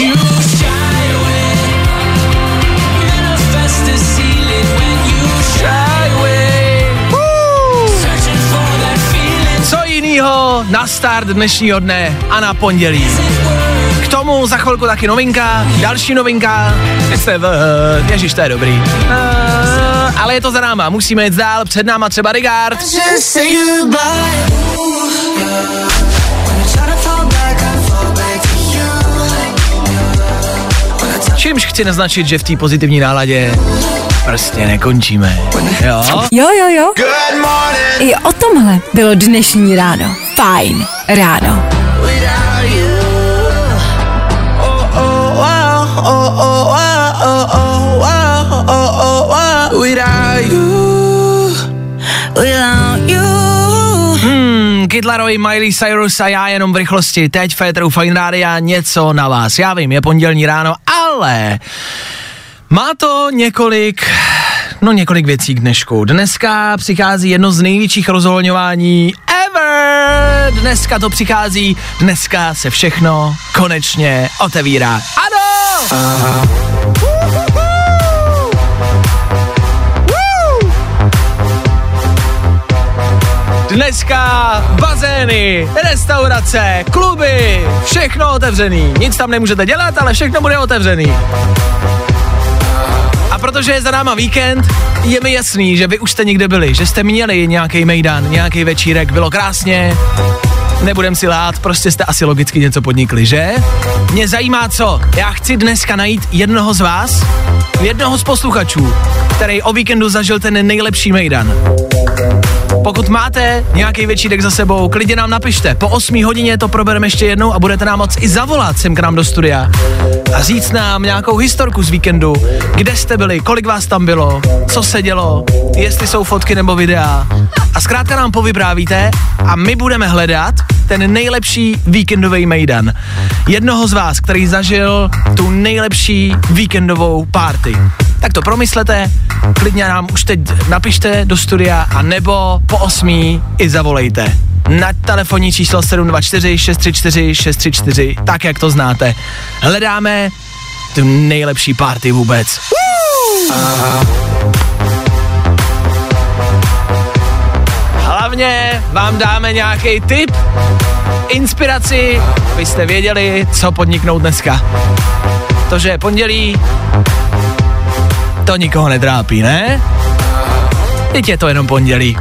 Co jinýho na start dnešního dne a na pondělí. K tomu za chvilku taky novinka, další novinka. Ježiš, to je dobrý. Uh, ale je to za náma, musíme jít dál, před náma třeba Rigard. Čímž chci naznačit, že v té pozitivní náladě prostě nekončíme. Jo? Jo, jo, jo. I o tomhle bylo dnešní ráno. Fajn ráno. Hmm, Kid Laroi, Miley Cyrus a já jenom v rychlosti. Teď Féteru Fajn Rádia něco na vás. Já vím, je pondělní ráno, ale má to několik, no několik věcí k dnešku. Dneska přichází jedno z největších rozvolňování ever. Dneska to přichází, dneska se všechno konečně otevírá. Ano! Aha. Dneska bazény, restaurace, kluby, všechno otevřený. Nic tam nemůžete dělat, ale všechno bude otevřený. A protože je za náma víkend, je mi jasný, že vy už jste někde byli, že jste měli nějaký mejdan, nějaký večírek, bylo krásně. Nebudem si lhát, prostě jste asi logicky něco podnikli, že? Mě zajímá co, já chci dneska najít jednoho z vás, jednoho z posluchačů, který o víkendu zažil ten nejlepší mejdan. Pokud máte nějaký večírek za sebou, klidně nám napište. Po osmé hodině to probereme ještě jednou a budete nám moct i zavolat sem k nám do studia a říct nám nějakou historku z víkendu, kde jste byli, kolik vás tam bylo, co se dělo, jestli jsou fotky nebo videa. A zkrátka nám povyprávíte a my budeme hledat ten nejlepší víkendový mejdan. Jednoho z vás, který zažil tu nejlepší víkendovou party. Tak to promyslete, klidně nám už teď napište do studia a nebo po osmí i zavolejte. Na telefonní číslo sedm dva čtyři šest tři čtyři šest tři čtyři, tak jak to znáte. Hledáme tu nejlepší party vůbec. Aha. Hlavně vám dáme nějaký tip, inspiraci, abyste věděli, co podniknout dneska. To, že je pondělí, to nikoho netrápí, ne? Teď je to jenom pondělí.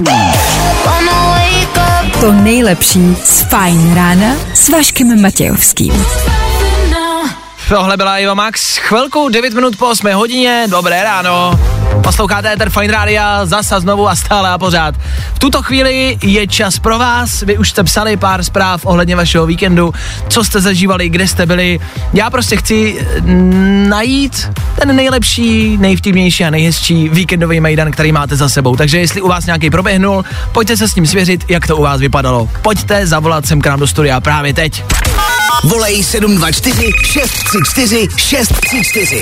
To nejlepší z Fajn rána s Vaškem Matějovským. Tohle byla Iva Max, chvilku, devět minut po osmé hodině, dobré ráno. Posloucháte Éter Fajn Rádia, zasa znovu a stále a pořád. V tuto chvíli je čas pro vás, vy už jste psali pár zpráv ohledně vašeho víkendu, co jste zažívali, kde jste byli. Já prostě chci najít ten nejlepší, nejvtipnější a nejhezčí víkendový mejdan, který máte za sebou. Takže jestli u vás nějaký proběhnul, pojďte se s ním svěřit, jak to u vás vypadalo. Pojďte zavolat sem k nám do studia právě teď. Volej sedm dva čtyři šest tři čtyři šest tři čtyři.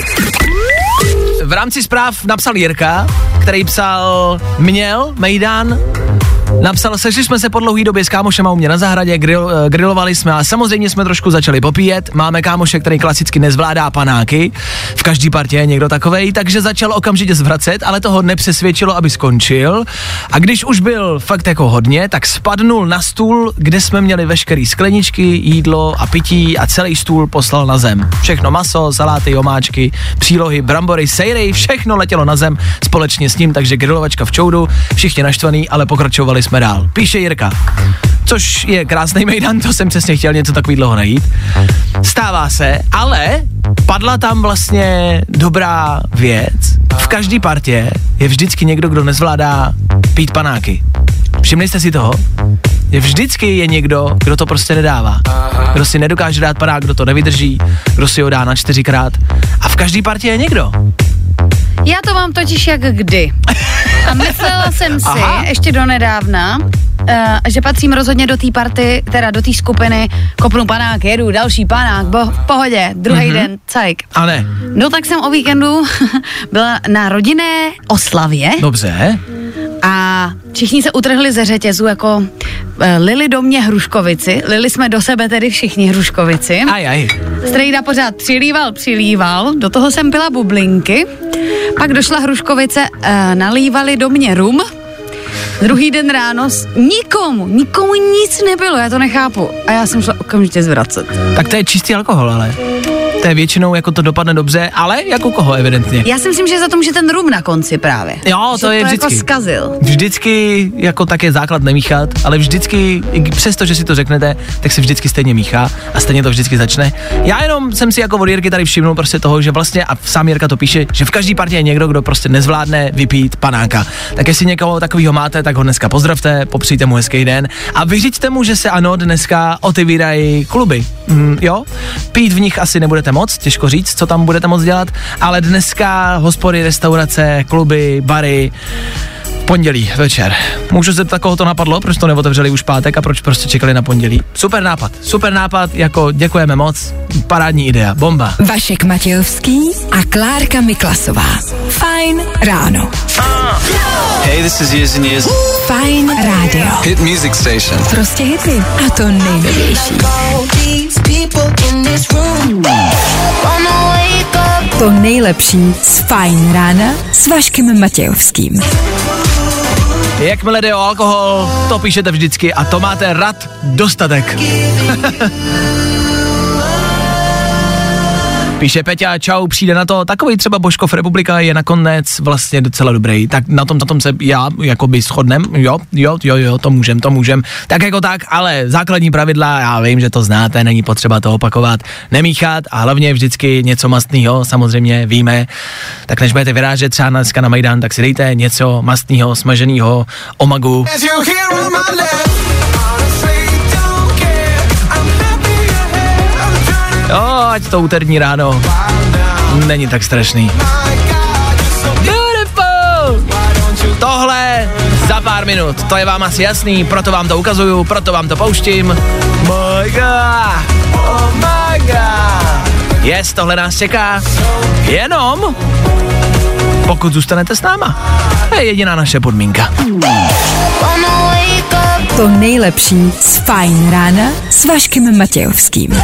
V rámci zpráv napsal Jirka, který psal, měl Mejdan, napsal, sešli jsme se po dlouhý době s kámošem u mě na zahradě, grill, grilovali jsme a samozřejmě jsme trošku začali popíjet. Máme kámoše, který klasicky nezvládá panáky, v každý partě je někdo takovej, takže začal okamžitě zvracet, ale toho nepřesvědčilo, aby skončil. A když už byl fakt jako hodně, tak spadnul na stůl, kde jsme měli veškerý skleničky, jídlo a pití a celý stůl poslal na zem. Všechno maso, saláty, omáčky, přílohy, brambory, sejry, všechno letělo na zem společně s ním, takže grilovačka v čoudu, všichni naštvaný, ale pokračovali jsme dál. Píše Jirka, což je krásný mejdan, to jsem přesně chtěl něco takový dlouho najít. Stává se, ale padla tam vlastně dobrá věc. V každý partě je vždycky někdo, kdo nezvládá pít panáky. Všimli jste si toho? Je vždycky je někdo, kdo to prostě nedává. Kdo si nedokáže dát panák, kdo to nevydrží, kdo si ho dá na čtyřikrát. A v každý partě je někdo. Já to mám totiž jak kdy. A myslela jsem si, Aha. ještě donedávna, uh, že patřím rozhodně do té party, teda do té skupiny, kopnu panák, jedu, další panák, bo, pohodě, druhý mm-hmm. den, cajk. A ne. No tak jsem o víkendu byla na rodinné oslavě. Dobře. A všichni se utrhli ze řetězu, jako uh, lili do mě hruškovici, lili jsme do sebe tedy všichni hruškovici. Aj, aj. Strejda pořád přilíval, přilíval, do toho jsem pila bublinky, pak došla hruškovice, uh, nalívali do mě rum, druhý den ráno s, nikomu, nikomu nic nebylo, já to nechápu. A já jsem šla okamžitě zvracet. Tak to je čistý alkohol, ale... To je většinou jako to dopadne dobře, ale jako koho evidentně. Já si myslím, že za to může ten rum na konci právě. Jo, to že je to vždycky. Jako zkazil. Vždycky jako tak je základ nemíchat, ale vždycky, přesto, že si to řeknete, tak se vždycky stejně míchá a stejně to vždycky začne. Já jenom jsem si jako od Jirky tady všimnul prostě toho, že vlastně, a sám Jirka to píše, že v každý partě je někdo, kdo prostě nezvládne vypít panáka. Tak jestli někoho takového máte, tak ho dneska pozdravte, popřijte mu hezký den a vyřiďte mu, že se ano, dneska otevírají kluby. Mm, jo? Pít v nich asi nebudete moc, těžko říct, co tam budete moc dělat, ale dneska hospody, restaurace, kluby, bary, pondělí večer. Můžu se zeptat, koho to napadlo, proč to neotevřeli už pátek a proč prostě čekali na pondělí. Super nápad, super nápad, jako děkujeme moc, parádní idea, bomba. Vašek Matějovský a Klárka Miklasová. Fajn ráno. Hey, this is Years and Years. Fajn rádio. Hit music station. Prostě hity. A to nejnovější. To nejlepší z Fajn rána s Vaškem Matějovským. Jakmile jde o alkohol, to píšete vždycky a to máte rad dostatek. Píše Peťa, čau, přijde na to, takový třeba Božkov Republika je nakonec vlastně docela dobrý, tak na tom, na tom se já jakoby shodnem, jo, jo, jo, jo, to můžem, to můžem, tak jako tak, ale základní pravidla, já vím, že to znáte, není potřeba to opakovat, nemíchat a hlavně vždycky něco mastného, samozřejmě víme, tak než budete vyrážet třeba dneska na Mejdan, tak si dejte něco mastného, smaženého, omagu. Jo, ať to úterní ráno není tak strašný. Beautiful! Tohle za pár minut, to je vám asi jasný, proto vám to ukazuju, proto vám to pouštím. My God, oh my God. Yes, tohle nás čeká, jenom pokud zůstanete s náma. To je jediná naše podmínka. To nejlepší z Fajn rána s Vaškem Matějovským.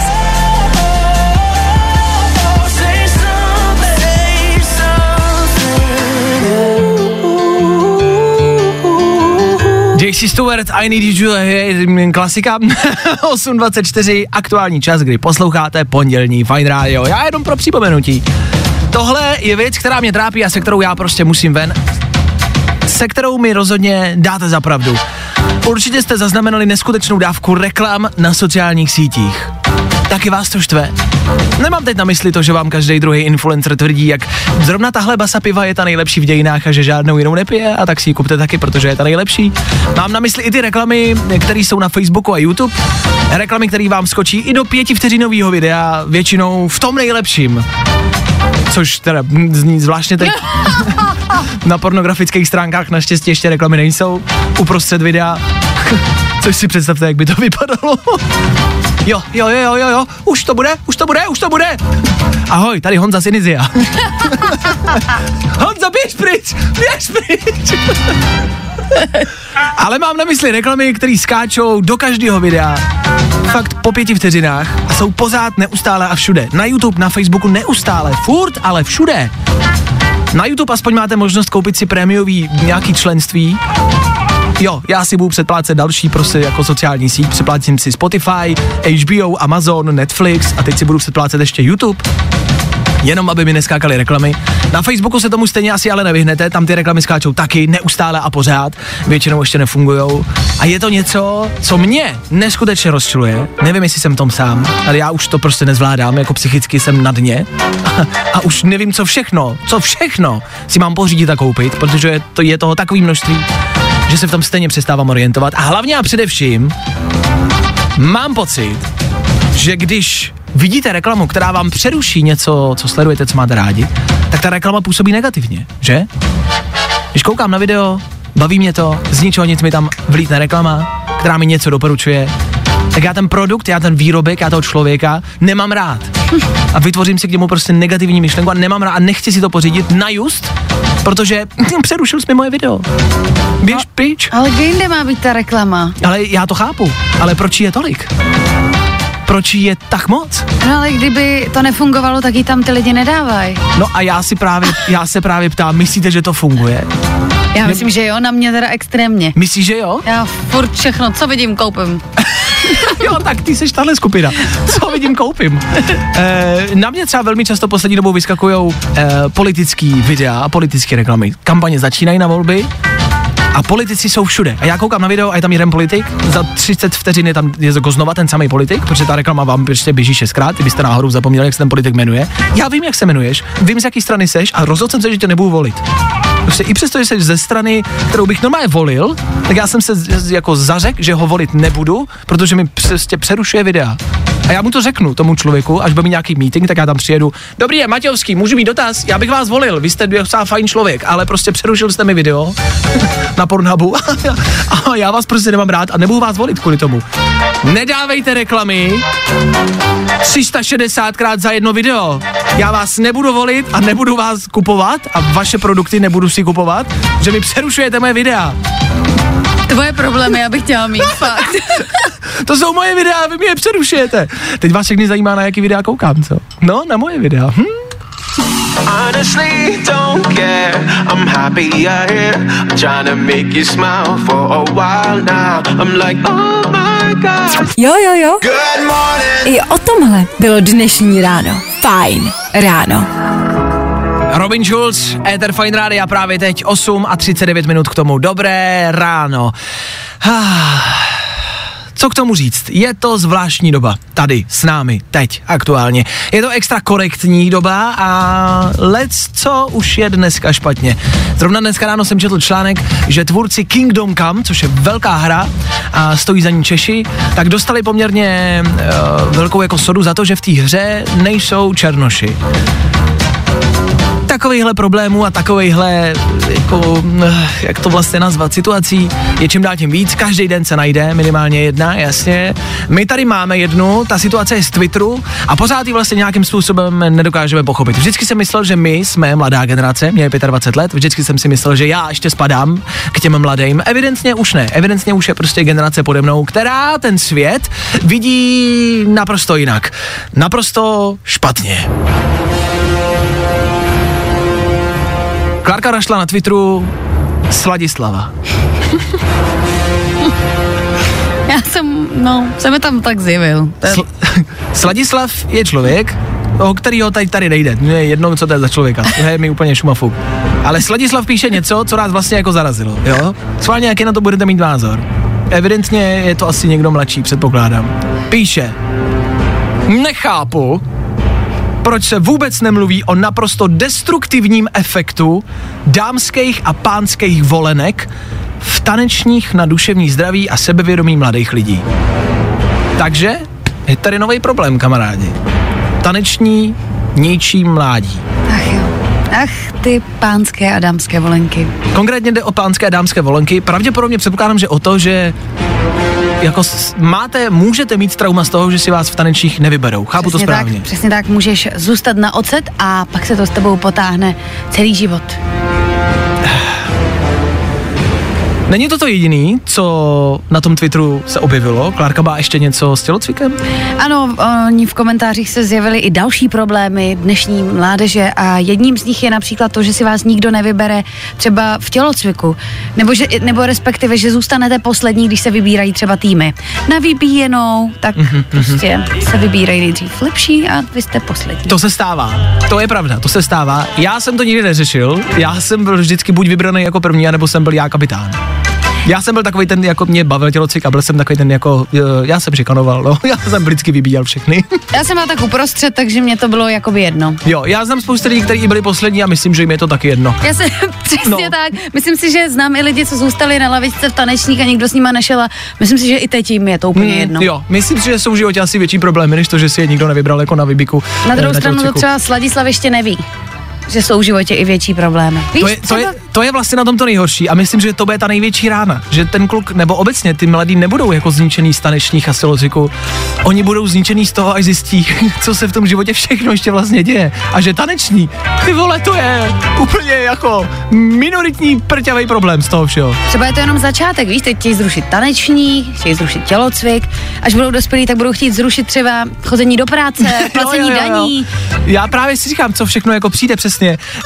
J C Stewart, I Need You, je klasika. osm dvacet čtyři, aktuální čas, kdy posloucháte pondělní Fajn rádio. Já jenom pro připomenutí. Tohle je věc, která mě trápí a se kterou já prostě musím ven. Se kterou mi rozhodně dáte za pravdu. Určitě jste zaznamenali neskutečnou dávku reklam na sociálních sítích. Taky vás to štve? Nemám teď na mysli to, že vám každý druhý influencer tvrdí, jak zrovna tahle basa piva je ta nejlepší v dějinách a že žádnou jinou nepije a tak si ji kupte taky, protože je ta nejlepší. Mám na mysli i ty reklamy, které jsou na Facebooku a YouTube. Reklamy, které vám skočí i do pětivteřinového videa, většinou v tom nejlepším. Což teda zní zvláštně teď. Na pornografických stránkách naštěstí ještě reklamy nejsou. Uprostřed videa. Což si představte, jak by to vypadalo. Jo, jo, jo, jo, jo, už to bude, už to bude, už to bude. Ahoj, tady Honza z Inizia. Honza, běž pryč, běž pryč. Ale mám na mysli reklamy, které skáčou do každého videa. Fakt po pěti vteřinách a jsou pořád neustále a všude. Na YouTube, na Facebooku neustále, furt, ale všude. Na YouTube aspoň máte možnost koupit si prémiový nějaký členství. Jo, já si budu předplácet další prostě jako sociální síť, předplácím si Spotify, H B O, Amazon, Netflix a teď si budu předplácet ještě YouTube. Jenom aby mi neskákaly reklamy. Na Facebooku se tomu stejně asi ale nevyhnete, tam ty reklamy skáčou taky neustále a pořád, většinou ještě nefungujou. A je to něco, co mě neskutečně rozčiluje, nevím, jestli jsem v tom sám, ale já už to prostě nezvládám, jako psychicky jsem na dně a, a už nevím, co všechno, co všechno si mám pořídit a koupit, protože to je toho takový množství, že se v tom stejně přestávám orientovat a hlavně a především mám pocit, že když vidíte reklamu, která vám přeruší něco, co sledujete, co máte rádi, tak ta reklama působí negativně, že? Když koukám na video, baví mě to, z ničeho nic mi tam vlítne reklama, která mi něco doporučuje, tak já ten produkt, já ten výrobek, já toho člověka nemám rád. A vytvořím si k němu prostě negativní myšlenku a nemám rád a nechci si to pořídit na just, protože přerušil jsi mi moje video. Běž pryč. Ale kde jinde má být ta reklama? Ale já to chápu, ale proč je tolik? Proč je tak moc? No ale kdyby to nefungovalo, tak ji tam ty lidi nedávají. No a já si právě, já se právě ptám, myslíte, že to funguje? Já myslím, že jo, na mě teda extrémně. Myslíš, že jo? Já furt všechno, co vidím, koupím. Jo, tak ty seš tahle skupina. Co vidím, koupím. E, na mě třeba velmi často poslední dobou vyskakujou e, politický videa a politické reklamy. Kampaně začínají na volby a politici jsou všude. A já koukám na video a je tam jeden politik, za třicet vteřin je tam je jako znova ten samý politik, protože ta reklama vám prostě běží šestkrát, kdybyste náhodou zapomněli, jak se ten politik jmenuje. Já vím, jak se jmenuješ, vím, z jaký strany seš a rozhodl jsem se, že tě nebudu volit. Prostě i přesto, že jsi ze strany, kterou bych normálně volil, tak já jsem se z, jako zařekl, že ho volit nebudu, protože mi prostě přerušuje videa. A já mu to řeknu, tomu člověku, až bude mít nějaký meeting, tak já tam přijedu. Dobrý je, Matějovský, můžu mít dotaz? Já bych vás volil, vy jste docela fajn člověk, ale prostě přerušil jste mi video na Pornhubu a já vás prostě nemám rád a nebudu vás volit kvůli tomu. Nedávejte reklamy tři sta šedesátkrát za jedno video. Já vás nebudu volit a nebudu vás kupovat a vaše produkty nebudu si kupovat, že mi přerušujete moje videa. Tvoje problémy, já bych chtěla mít, fakt. To jsou moje videa, vy mi je přerušujete. Teď vás všechny zajímá, na jaký videa koukám, co? No, na moje videa. Hm? Honestly, don't care. I'm happy you're here. I'm trying to make you smile for a while now. I'm like, oh my God. Jo, jo, jo. Good morning. I o tomhle bylo dnešní ráno. Fajn ráno. Robin Schulz, Éter Fajn rádia právě teď, osm a třicet devět minut k tomu. Dobré ráno. Co k tomu říct? Je to zvláštní doba. Tady, s námi, teď, aktuálně. Je to extra korektní doba a lec, co už je dneska špatně. Zrovna dneska ráno jsem četl článek, že tvůrci Kingdom Come, což je velká hra a stojí za ní Češi, tak dostali poměrně uh, velkou jako sodu za to, že v té hře nejsou černoši. Takovýchhle problémů a takovýchhle, jako, jak to vlastně nazvat, situací je čím dál tím víc, každý den se najde minimálně jedna, jasně. My tady máme jednu, ta situace je z Twitteru a pořád ji vlastně nějakým způsobem nedokážeme pochopit. Vždycky jsem myslel, že my jsme mladá generace, mě je dvacet pět let, vždycky jsem si myslel, že já ještě spadám k těm mladým. Evidentně už ne, evidentně už je prostě generace pode mnou, která ten svět vidí naprosto jinak. Naprosto špatně. Klárka našla na Twitteru Sladislava. Já jsem, no, jsem je tam tak zjevil. Sl- Sladislav je člověk, o kterýho tady, tady nejde. Mně je jedno, co to je za člověka. To je mi úplně šumafuk. Ale Sladislav píše něco, co nás vlastně jako zarazilo, jo? Sválně, jaký na to budete mít názor. Evidentně je to asi někdo mladší, předpokládám. Píše: nechápu, proč se vůbec nemluví o naprosto destruktivním efektu dámských a pánských volenek v tanečních na duševní zdraví a sebevědomí mladých lidí. Takže je tady nový problém, kamarádi. Taneční ničí mládí. Ach jo. Ach, ty pánské a dámské volenky. Konkrétně jde o pánské a dámské volenky. Pravděpodobně předpokládám, že o to, že jako máte, můžete mít trauma z toho, že si vás v tanečních nevyberou. Chápu přesně to správně. Tak, přesně tak, můžeš zůstat na ocet a pak se to s tebou potáhne celý život. Není to to jediný, co na tom Twitteru se objevilo? Klárka má ještě něco s tělocvikem? Ano, oni v komentářích se zjevily i další problémy dnešní mládeže a jedním z nich je například to, že si vás nikdo nevybere třeba v tělocviku, nebo, že, nebo respektive, že zůstanete poslední, když se vybírají třeba týmy. Na vybíjenou, tak mm-hmm, prostě mm-hmm. se vybírají nejdřív lepší a vy jste poslední. To se stává, to je pravda, to se stává. Já jsem to nikdy neřešil, já jsem byl vždycky buď vybraný jako první, anebo jsem byl já kapitán. Já jsem byl takový ten, jako mě bavil tělocvik a byl jsem takový ten, jako, já jsem šikanoval, no, já jsem vždycky vybíjel všechny. Já jsem byl tak uprostřed, takže mě to bylo jakoby jedno. Jo, já znám spoustu lidí, kteří byli poslední a myslím, že jim je to taky jedno. Já jsem přesně no. tak, myslím si, že znám i lidi, co zůstali na lavičce v tanečních a nikdo s nima nešel a myslím si, že i teď jim je to úplně hmm, jedno. Jo, myslím si, že jsou v životě asi větší problémy, než to, že si je nikdo nevybral jako na výbiku. Na druhou na stranu to třeba Sladislav ještě neví, že jsou v životě i větší problémy. Víš, to, je, to, je, to je vlastně na tom to nejhorší a myslím, že to bude ta největší rána, že ten kluk, nebo obecně ty mladí nebudou jako zničený z tanečních a tělocviku, oni budou zničený z toho, až zjistí, co se v tom životě všechno ještě vlastně děje a že taneční, ty vole, to je úplně jako minoritní prťavej problém z toho všeho. Třeba je to jenom začátek, víš, teď chtějí zrušit taneční, chtějí zrušit tělocvik, až budou dospělí, tak budou chtít zrušit třeba chození do práce, placení jo, jo, jo, jo. daní. Já právě si říkám, co všechno jako přijde přesně,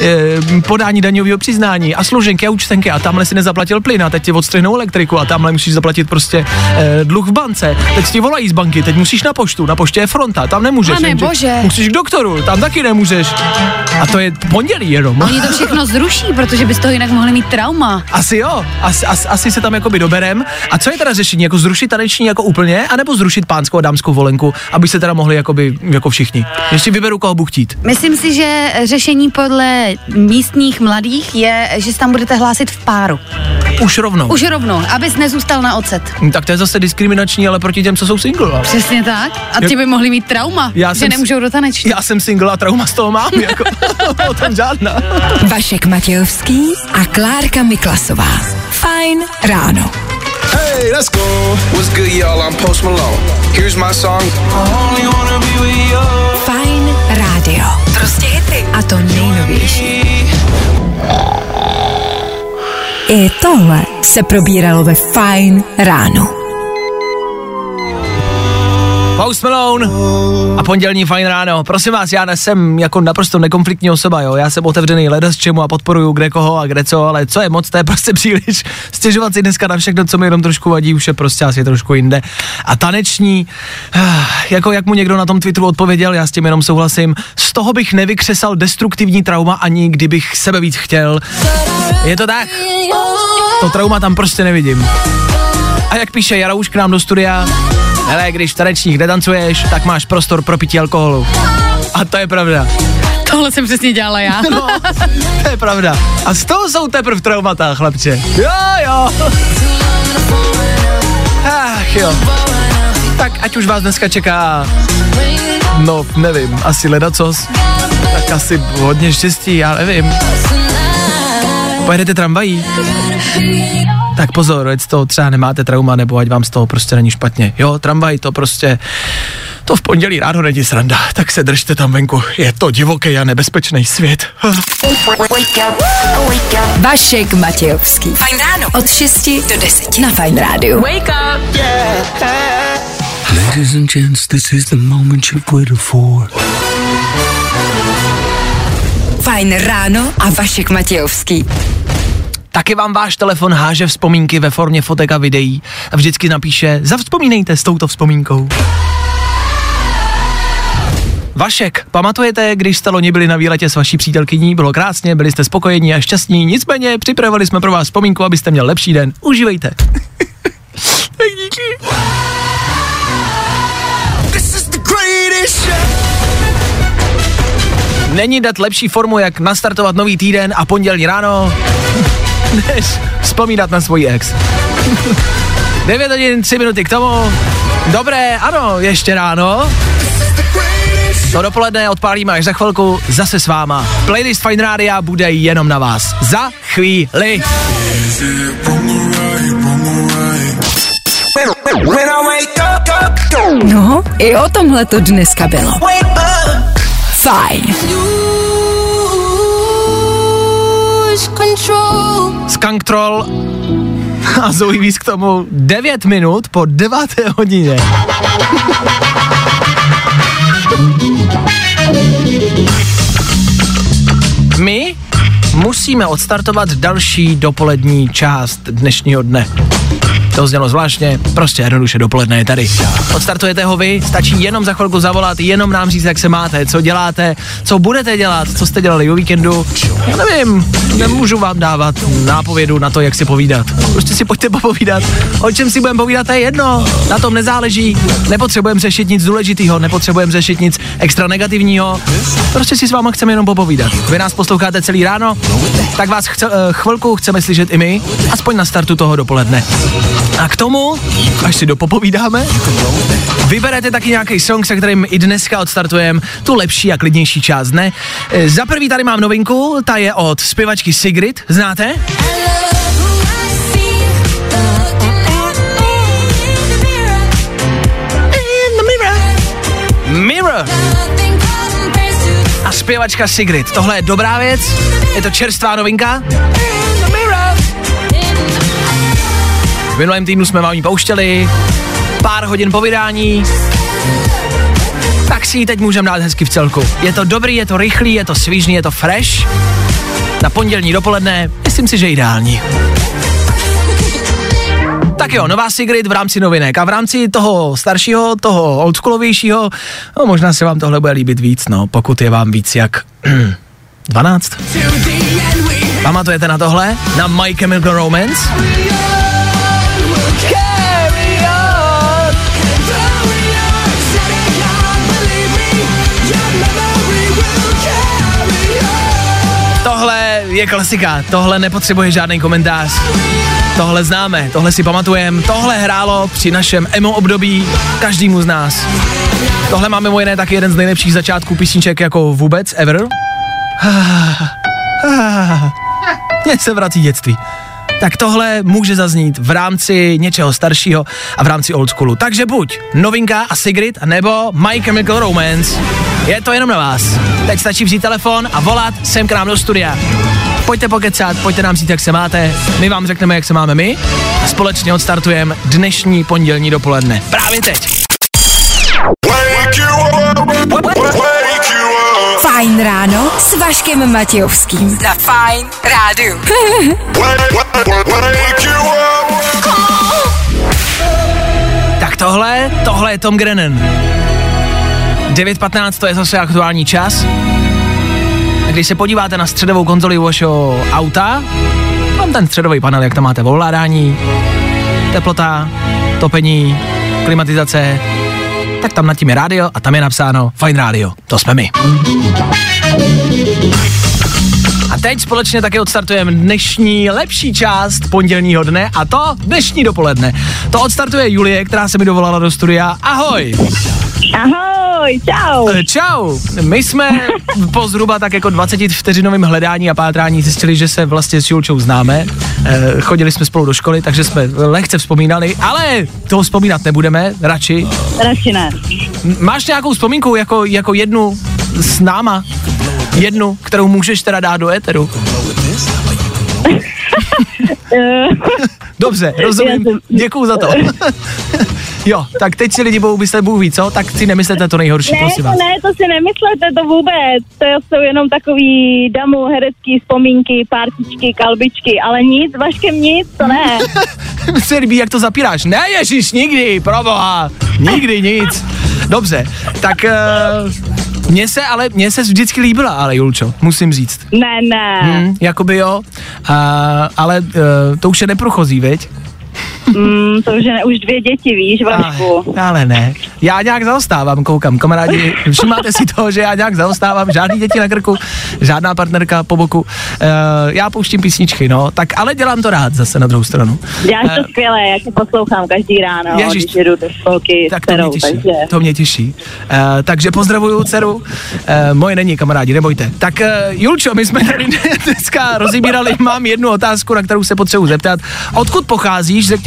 e, podání daňového přiznání a složenky a účtenky a tamhle si nezaplatil plyn a teď ti odstřihnou elektriku a tamhle musíš zaplatit prostě e, dluh v bance, teď ti volají z banky, teď musíš na poštu, na poště je fronta, tam nemůžeš. Pane bože. Musíš k doktoru, tam taky nemůžeš. A to je pondělí jenom. Oni to všechno zruší, protože bys toho jinak mohli mít trauma. Asi jo, asi, asi, asi se tam jakoby doberem. A co je teda řešení, jako zrušit taneční jako úplně, anebo zrušit pánskou a dámskou volenku, aby se teda mohli jakoby jako všichni. Ještě vyberu, koho budu chtít. Myslím si, že řešení podle místních mladých je, že se tam budete hlásit v páru. Už rovnou. Už rovnou, abys nezůstal na ocet. Tak to je zase diskriminační, ale proti těm, co jsou single. Ale. Přesně tak. A ti by mohli mít trauma, já že nemůžou do taneční. Já jsem single a trauma z toho mám, jako o tom žádná. Vašek Matějovský a Klárka Miklasová. Fajn ráno. Hey, let's go. What's good, y'all? I'm Post Malone. Here's my song. I only wanna be with you. Fajn rádio. Prostě hity. A to nejnovější. I tohle se probíralo ve Fajn ráno. Post Malone a pondělní Fajn ráno. Prosím vás, já jsem jako naprosto nekonfliktní osoba, jo. Já jsem otevřený ledas čemu a podporuju kde koho a kde co, ale co je moc, to je prostě příliš. Stěžovat si dneska na všechno, co mi jenom trošku vadí, už je prostě asi trošku jinde. A taneční, jako jak mu někdo na tom Twitteru odpověděl, já s tím jenom souhlasím, z toho bych nevykřesal destruktivní trauma, ani kdybych sebe víc chtěl. Je to tak? To trauma tam prostě nevidím. A jak píše Jarouš k nám do studia, hele, když v tanečních netancuješ, tak máš prostor pro pití alkoholu. A to je pravda. Tohle jsem přesně dělala já. No, to je pravda. A z toho jsou teprv traumata, chlapče. Jo, jo. Ach jo. Tak ať už vás dneska čeká, no nevím, asi ledacos. Tak asi hodně štěstí, já nevím. Pojedete tramvají? Tak pozor, ať z toho třeba nemáte trauma, nebo ať vám z toho prostě není špatně. Jo, tramvaj to prostě, to v pondělí ráno není sranda, tak se držte tam venku, je to divoký a nebezpečný svět. Vašek Matějovský. Fajn ráno. Od šesti do deseti na Fajn rádiu. Wake up, yeah. Ladies and gents, this is the moment you've waited for. Fajn ráno a Vašek Matějovský. Taky vám váš telefon háže vzpomínky ve formě fotek a videí a vždycky napíše, zavzpomínejte s touto vzpomínkou. Vašek, pamatujete, když jste loni byli na výletě s vaší přítelkyní, bylo krásně, byli jste spokojení a šťastní, nicméně připravili jsme pro vás vzpomínku, abyste měl lepší den. Užívejte. Tak díky. Není dát lepší formu, jak nastartovat nový týden a pondělní ráno, než vzpomínat na svůj ex. devět hodin, tři minuty k tomu. Dobré, ano, ještě ráno. To dopoledne odpálíme až za chvilku, zase s váma. Playlist Fajn Rádia bude jenom na vás. Za chvíli. No, i o tomhle to dneska bylo. Fajn. Skunk Troll a Zoe Víz k tomu devět minut po deváté hodině. My musíme odstartovat další dopolední část dnešního dne. To znělo zvláštně, prostě jednoduše dopoledne je tady. Odstartujete ho vy, stačí jenom za chvilku zavolat, jenom nám říct, jak se máte, co děláte, co budete dělat, co jste dělali o víkendu. Já nevím, nemůžu vám dávat nápovědu na to, jak si povídat. Prostě si pojďte popovídat. O čem si budeme povídat, to je jedno, na tom nezáleží. Nepotřebujeme řešit nic důležitého, nepotřebujeme řešit nic extra negativního. Prostě si s váma chceme jenom popovídat. Vy nás posloucháte celý ráno, tak vás chce, chvilku chceme slyšet i my, aspoň na startu toho dopoledne. A k tomu, až si dopopovídáme, vyberete taky nějaký song, se kterým i dneska odstartujeme tu lepší a klidnější část dne. Za prvý tady mám novinku, ta je od zpěvačky Sigrid, znáte? Mirror. A zpěvačka Sigrid, tohle je dobrá věc, je to čerstvá novinka. V minulém týdnu jsme vám ji pouštěli, pár hodin po vydání, tak si ji teď můžeme dát hezky v celku. Je to dobrý, je to rychlý, je to svížný, je to fresh. Na pondělní dopoledne, myslím si, že ideální. Tak jo, nová Sigrid v rámci novinek a v rámci toho staršího, toho oldschoolovějšího, no možná se vám tohle bude líbit víc, no, pokud je vám víc jak dvanáct. Pamatujete na tohle? Na My Chemical Romance? Tohle je klasika, tohle nepotřebuje žádný komentář. Tohle známe, tohle si pamatujeme, tohle hrálo při našem emo období každému z nás. Tohle máme mimo jiné taky jeden z nejlepších začátků písniček jako vůbec ever. Mně se vrací dětství. Tak tohle může zaznít v rámci něčeho staršího a v rámci old schoolu. Takže buď novinka a Sigrid, nebo My Chemical Romance. Je to jenom na vás. Teď stačí vzít telefon a volat sem k nám do studia. Pojďte pokecat, pojďte nám říct, jak se máte, my vám řekneme, jak se máme my a společně odstartujeme dnešní pondělní dopoledne. Právě teď. Fajn ráno s Vaškem Matějovským. Za Fajn rádiu. Tak tohle, tohle je Tom Grennan. devět patnáct to je zase aktuální čas. A když se podíváte na středovou konzoli vašeho auta, mám ten středový panel, jak tam máte ovládání, teplota, topení, klimatizace, tak tam nad tím je rádio a tam je napsáno Fajn rádio. To jsme my. A teď společně taky odstartujeme dnešní lepší část pondělního dne a to dnešní dopoledne. To odstartuje Julie, která se mi dovolala do studia. Ahoj! Ahoj, čau. Čau. My jsme po zhruba tak jako dvaceti vteřinovém hledání a pátrání zjistili, že se vlastně s Julčou známe. Chodili jsme spolu do školy, takže jsme lehce vzpomínali, ale toho vzpomínat nebudeme, radši. Radši ne. Máš nějakou vzpomínku jako, jako jednu s náma? Jednu, kterou můžeš teda dát do éteru? Dobře, rozumím. Děkuju za to. Jo, tak teď si lidi budou myslet, Bůh ví co, tak si nemyslete to nejhorší, ne, prosím to vás. Ne, to si nemyslete to vůbec, to jsou jenom takový damu, herecký vzpomínky, partičky, kalbičky, ale nic, Vaškem nic, to ne. Mně se líbí, jak to zapíráš. Ne, ježiš, nikdy, proboha, nikdy nic. Dobře, tak uh, mně se ale, mně se vždycky líbila, ale Julčo, musím říct. Ne, ne. Hmm, jakoby jo, uh, ale uh, to už je neprůchozí, viď? Mm, to už je ne, už dvě děti, víš, Vašku. Ale, ale ne. Já nějak zaostávám, koukám, kamarádi, všimáte si toho, že já nějak zaostávám, žádný děti na krku, žádná partnerka po boku. Uh, já pouštím písničky, no, tak ale dělám to rád zase na druhou stranu. Děláš to uh, skvěle, já tě poslouchám každý ráno, ježiš, když jedu do školky s dcerou, to mě těší, takže... to mě těší. Uh, takže pozdravuju dceru, uh, moje není, kamarádi, nebojte. Tak uh, Julčo, my jsme tady dneska rozebírali, mám jednu otázku, na kterou se potřebuji zeptat. Odkud pocházíš, řekni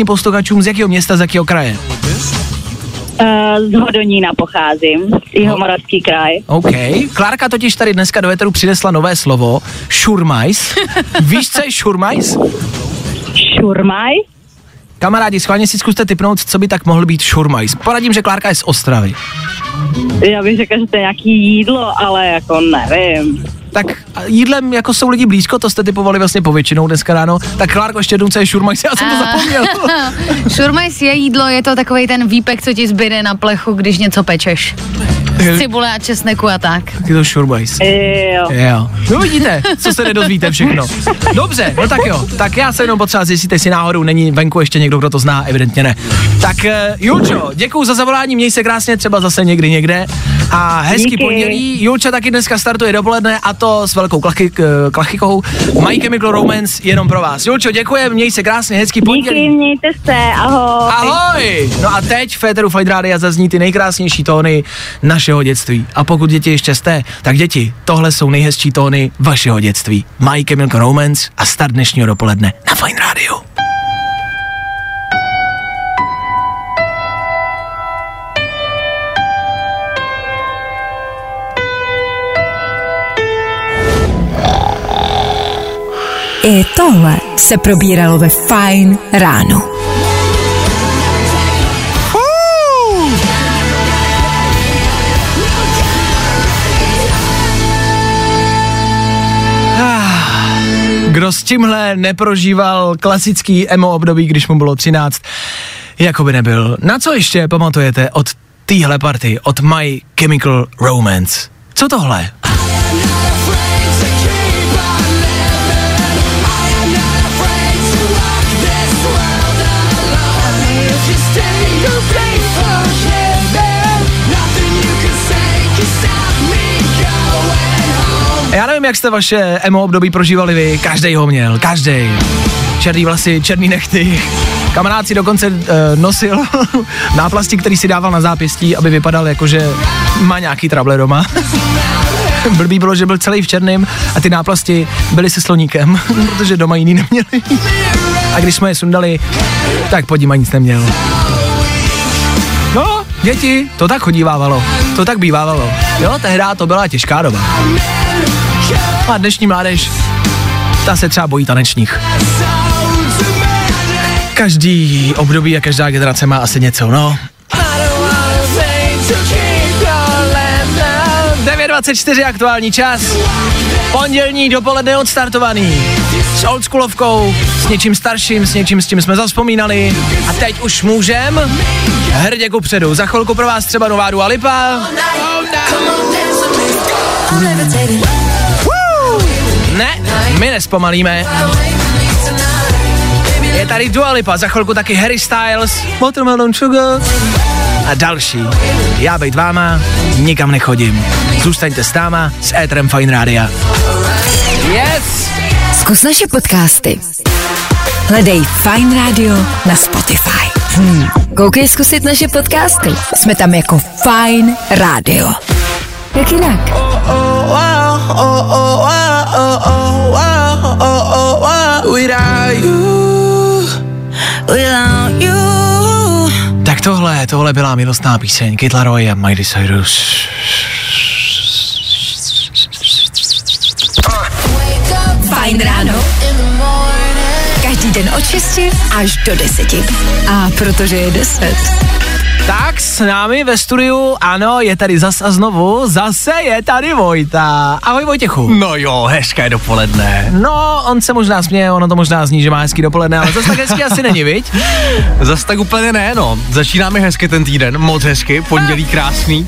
posluchačům, z jakého města, z jakého kraje? Uh, z Hodonína pocházím, z Jihomoravský kraj. OK. Klárka totiž tady dneska do éteru přinesla nové slovo, šurmajs. Víš, co je šurmajs? Šurmajs? Kamarádi, schválně si zkuste tipnout, co by tak mohl být šurmajs. Poradím, že Klárka je z Ostravy. Já bych řekla, že to je nějaký jídlo, ale jako nevím. Tak jídlem, jako jsou lidi blízko, to jste typovali vlastně povětšinou dneska ráno. Tak Klárko, ještě jednou, co je šurmajs, já jsem to zapomněl. Šurmajs je jídlo, je to takovej ten výpek, co ti zbyde na plechu, když něco pečeš. Z cibule a česneku a tak. Je to šurmajs. Jo. Jo. No vidíte, co se nedozvíte všechno. Dobře, no tak jo. Tak já se jenom potřeba zjistit, jestli náhodou není venku ještě někdo, kdo to zná, evidentně ne. Tak uh, Julčo, děkuju za zavolání, měj se krásně, třeba zase někdy někde. A hezký Díky. pondělí. Julča taky dneska startuje dopoledne a to s velkou klachy, klachikou. My Chemical Romance jenom pro vás. Julčo, děkujem, měj se krásně, hezký pondělí. Díky, mějte se, ahoj. Ahoj! No a teď v Féteru Fajn Rádia zazní ty nejkrásnější tóny našeho dětství. A pokud děti ještě jste, tak děti, tohle jsou nejhezčí tóny vašeho dětství. My Chemical Romance a start dnešního dopoledne na Fajn Rádiu. I tohle se probíralo ve Fajn ráno. Kdo s tímhle neprožíval klasický emo období, když mu bylo třináct, jako by nebyl. Na co ještě pamatujete od téhle party, od My Chemical Romance? Co tohle? Já nevím, jak jste vaše emo období prožívali vy, každej ho měl, každej. Černý vlasy, černý nechty. Kamarád si dokonce uh, nosil náplasti, který si dával na zápěstí, aby vypadal jako, že má nějaký trable doma. Blbý bylo, že byl celý v černém a ty náplasti byly se sloníkem, protože doma jiný neměli. A když jsme je sundali, tak pod nima nic neměl. No, děti, to tak chodívávalo, to tak bývávalo. Jo, tehdy to byla těžká doba. A dnešní mládež, ta se třeba bojí tanečních. Každý období a každá generace má asi něco, no. devět dvacet čtyři aktuální čas. Pondělní dopoledne odstartovaný. S oldschoolovkou, s něčím starším, s něčím, s čím jsme zavzpomínali. A teď už můžem hrdě kupředu. Za chvilku pro vás třeba nová Dua Lipa. Ne, my nespomalíme. Je tady Dua Lipa, za chvilku taky Harry Styles, Watermelon Sugar a další. Já bejt váma, nikam nechodím. Zůstaňte s náma, s éterem Fajn Rádia. Yes! Zkus naše podcasty. Hledej Fajn Radio na Spotify. Hmm. Koukej zkusit naše podcasty. Jsme tam jako Fajn Radio. Jak jinak? Tak tohle, tohle byla milostná píseň Kid Laroi a Miley Cyrus. Fajn ráno. Každý den od šesti až do deseti. A protože je deset. Tak s námi ve studiu, ano, je tady zas a znovu, zase je tady Vojta. Ahoj Vojtěchu. No jo, hezké dopoledne. No, on se možná směje, ono to možná zní, že má hezký dopoledne, ale zase tak hezky asi není, viď? Zas tak úplně ne, no. Začínáme hezky ten týden, moc hezky, pondělí krásný.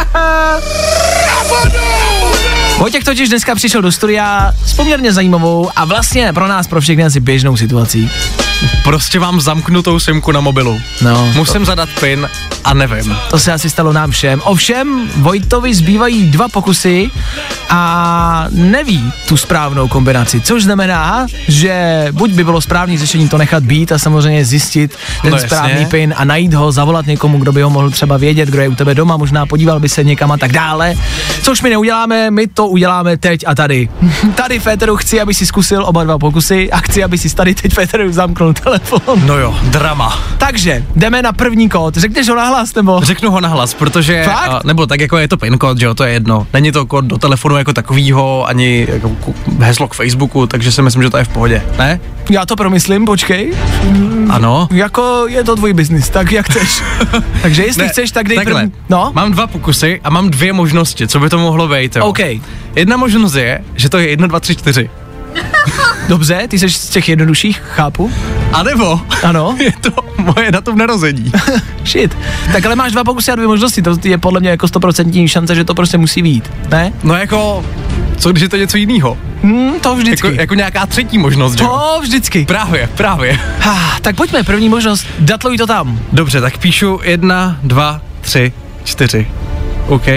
Vojtěch totiž dneska přišel do studia s poměrně zajímavou a vlastně pro nás, pro všechny asi běžnou situací. Prostě mám zamknutou simku na mobilu. No. Musím to... zadat pin a nevím. To se asi stalo nám všem. Ovšem, Vojtovi zbývají dva pokusy a neví tu správnou kombinaci, což znamená, že buď by bylo správný řešení to nechat být a samozřejmě zjistit ten no správný jasně. pin a najít ho, zavolat někomu, kdo by ho mohl třeba vědět, kdo je u tebe doma, možná podíval by se někam a tak dále, což my neuděláme, my to uděláme teď a tady. Tady Féteru chci, aby si zkusil oba dva pokusy a chci, aby si tady teď Féteru zamknul telefon. No jo, drama. Takže jdeme na první kód, řekneš ho nahlas nebo? Řeknu ho nahlas, protože, a, nebo tak jako je to PIN kód, že jo, to je jedno. Není to kód do telefonu jako takovýho, ani jako heslo k Facebooku, takže si myslím, že to je v pohodě, ne? Já to promyslím, počkej. Ano. Jako je to tvůj biznis, tak jak chceš. Takže jestli ne, chceš, tak dej takhle. první. No? Mám dva pokusy a mám dvě možnosti, co by to mohlo být, jo. OK. Jedna možnost je, že to je jedna, dva, tři, čtyři. Dobře, ty jsi z těch jednodušších, chápu. A nebo ano. Je to moje datum narození. Shit. Tak ale máš dva pokusy a dvě možnosti, to je podle mě jako stoprocentní šance, že to prostě musí být, ne? No jako, co když je to něco jiného? Hmm, to vždycky. Jako, jako nějaká třetí možnost, že? To vždycky. Právě, právě. Ha, tak pojďme, první možnost, datluj to tam. Dobře, tak píšu jedna, dva, tři, čtyři. OK.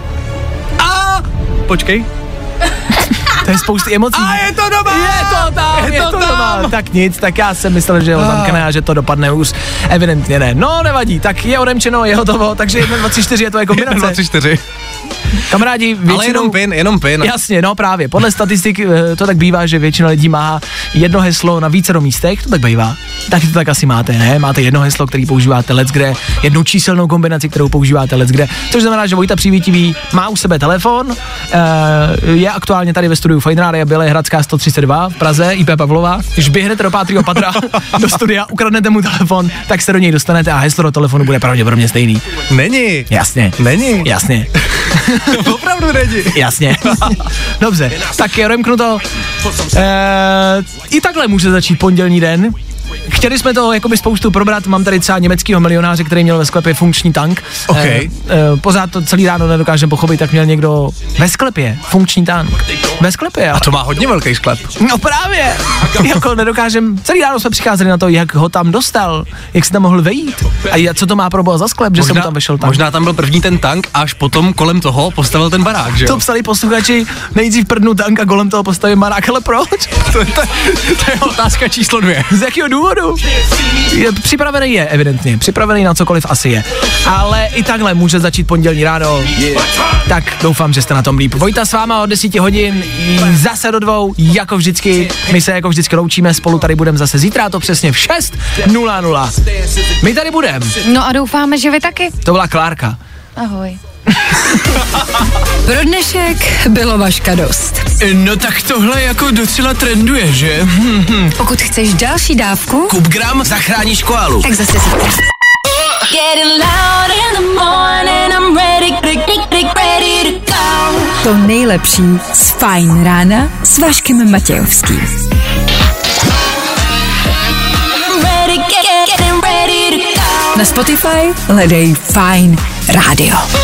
A počkej. To je spousty emocí. A je to doma! Je to tam, je, je to, to doma. Tak nic, tak já jsem myslel, že ho zamkne a že to dopadne už. Evidentně ne. No, nevadí, tak je odemčeno, je hotovo, takže jedna, dva, tři, čtyři je to je kombinace. jedna, dva, tři, čtyři. Kamarádi, většinou... Ale jenom pin, jenom pin. Jasně, no právě. Podle statistik to tak bývá, že většina lidí má jedno heslo na více místech, to tak bývá. Taky to tak asi máte, ne? Máte jedno heslo, který používáte leckde, jednu číselnou kombinaci, kterou používáte leckde, což znamená, že Vojta Přívětivý má u sebe telefon, je aktuálně tady ve studiu Fajn Rádia Bělehradská sto třicet dva v Praze, I P Pavlova. Když běhnete do pátého patra do studia, ukradnete mu telefon, tak se do něj dostanete a heslo do telefonu bude pravděpodobně stejný. Není. Jasně. Není. Jasně. Opravdu není. Jasně. Dobře, tak je odemknuto. Eee, I takhle může začít pondělní den. Chtěli jsme to jakoby spoustu probrat, mám tady třeba německého milionáře, který měl ve sklepě funkční tank. Okay. E, e, pořád to celý ráno nedokážeme pochopit, tak měl někdo ve sklepě funkční tank. Ve sklepě. A to má hodně velký sklep. No právě. Jako nedokážem, celý ráno jsme přicházeli na to, jak ho tam dostal, jak se tam mohl vejít a co to má pro boha za sklep, že možná, jsem tam vešel tank. Možná tam byl první ten tank, až potom kolem toho postavil ten barák, že jo? To psali posluchači, nejdřív prdnu tank a kolem toho postavím barák, ale proč? to, to, to je otázka číslo dvě. Z jakého důvodu? Je, připravený je, evidentně. Připravený na cokoliv asi je. Ale i takhle může začít pondělní ráno. Tak doufám, že jste na tom líp. Vojta s váma od deseti hodin, zase do dvou, jako vždycky. My se jako vždycky loučíme, spolu tady budeme zase zítra, to přesně v šest nula nula. My tady budeme. No a doufáme, že vy taky. To byla Klárka. Ahoj. Pro dnešek bylo Vaška dost. No tak tohle jako docela trenduje, že? Pokud chceš další dávku, Kupgram zachráníš koalu. tak zase zítra. To nejlepší z Fajn rána s Vaškem Matějovským. Na Spotify hledej Fajn rádio.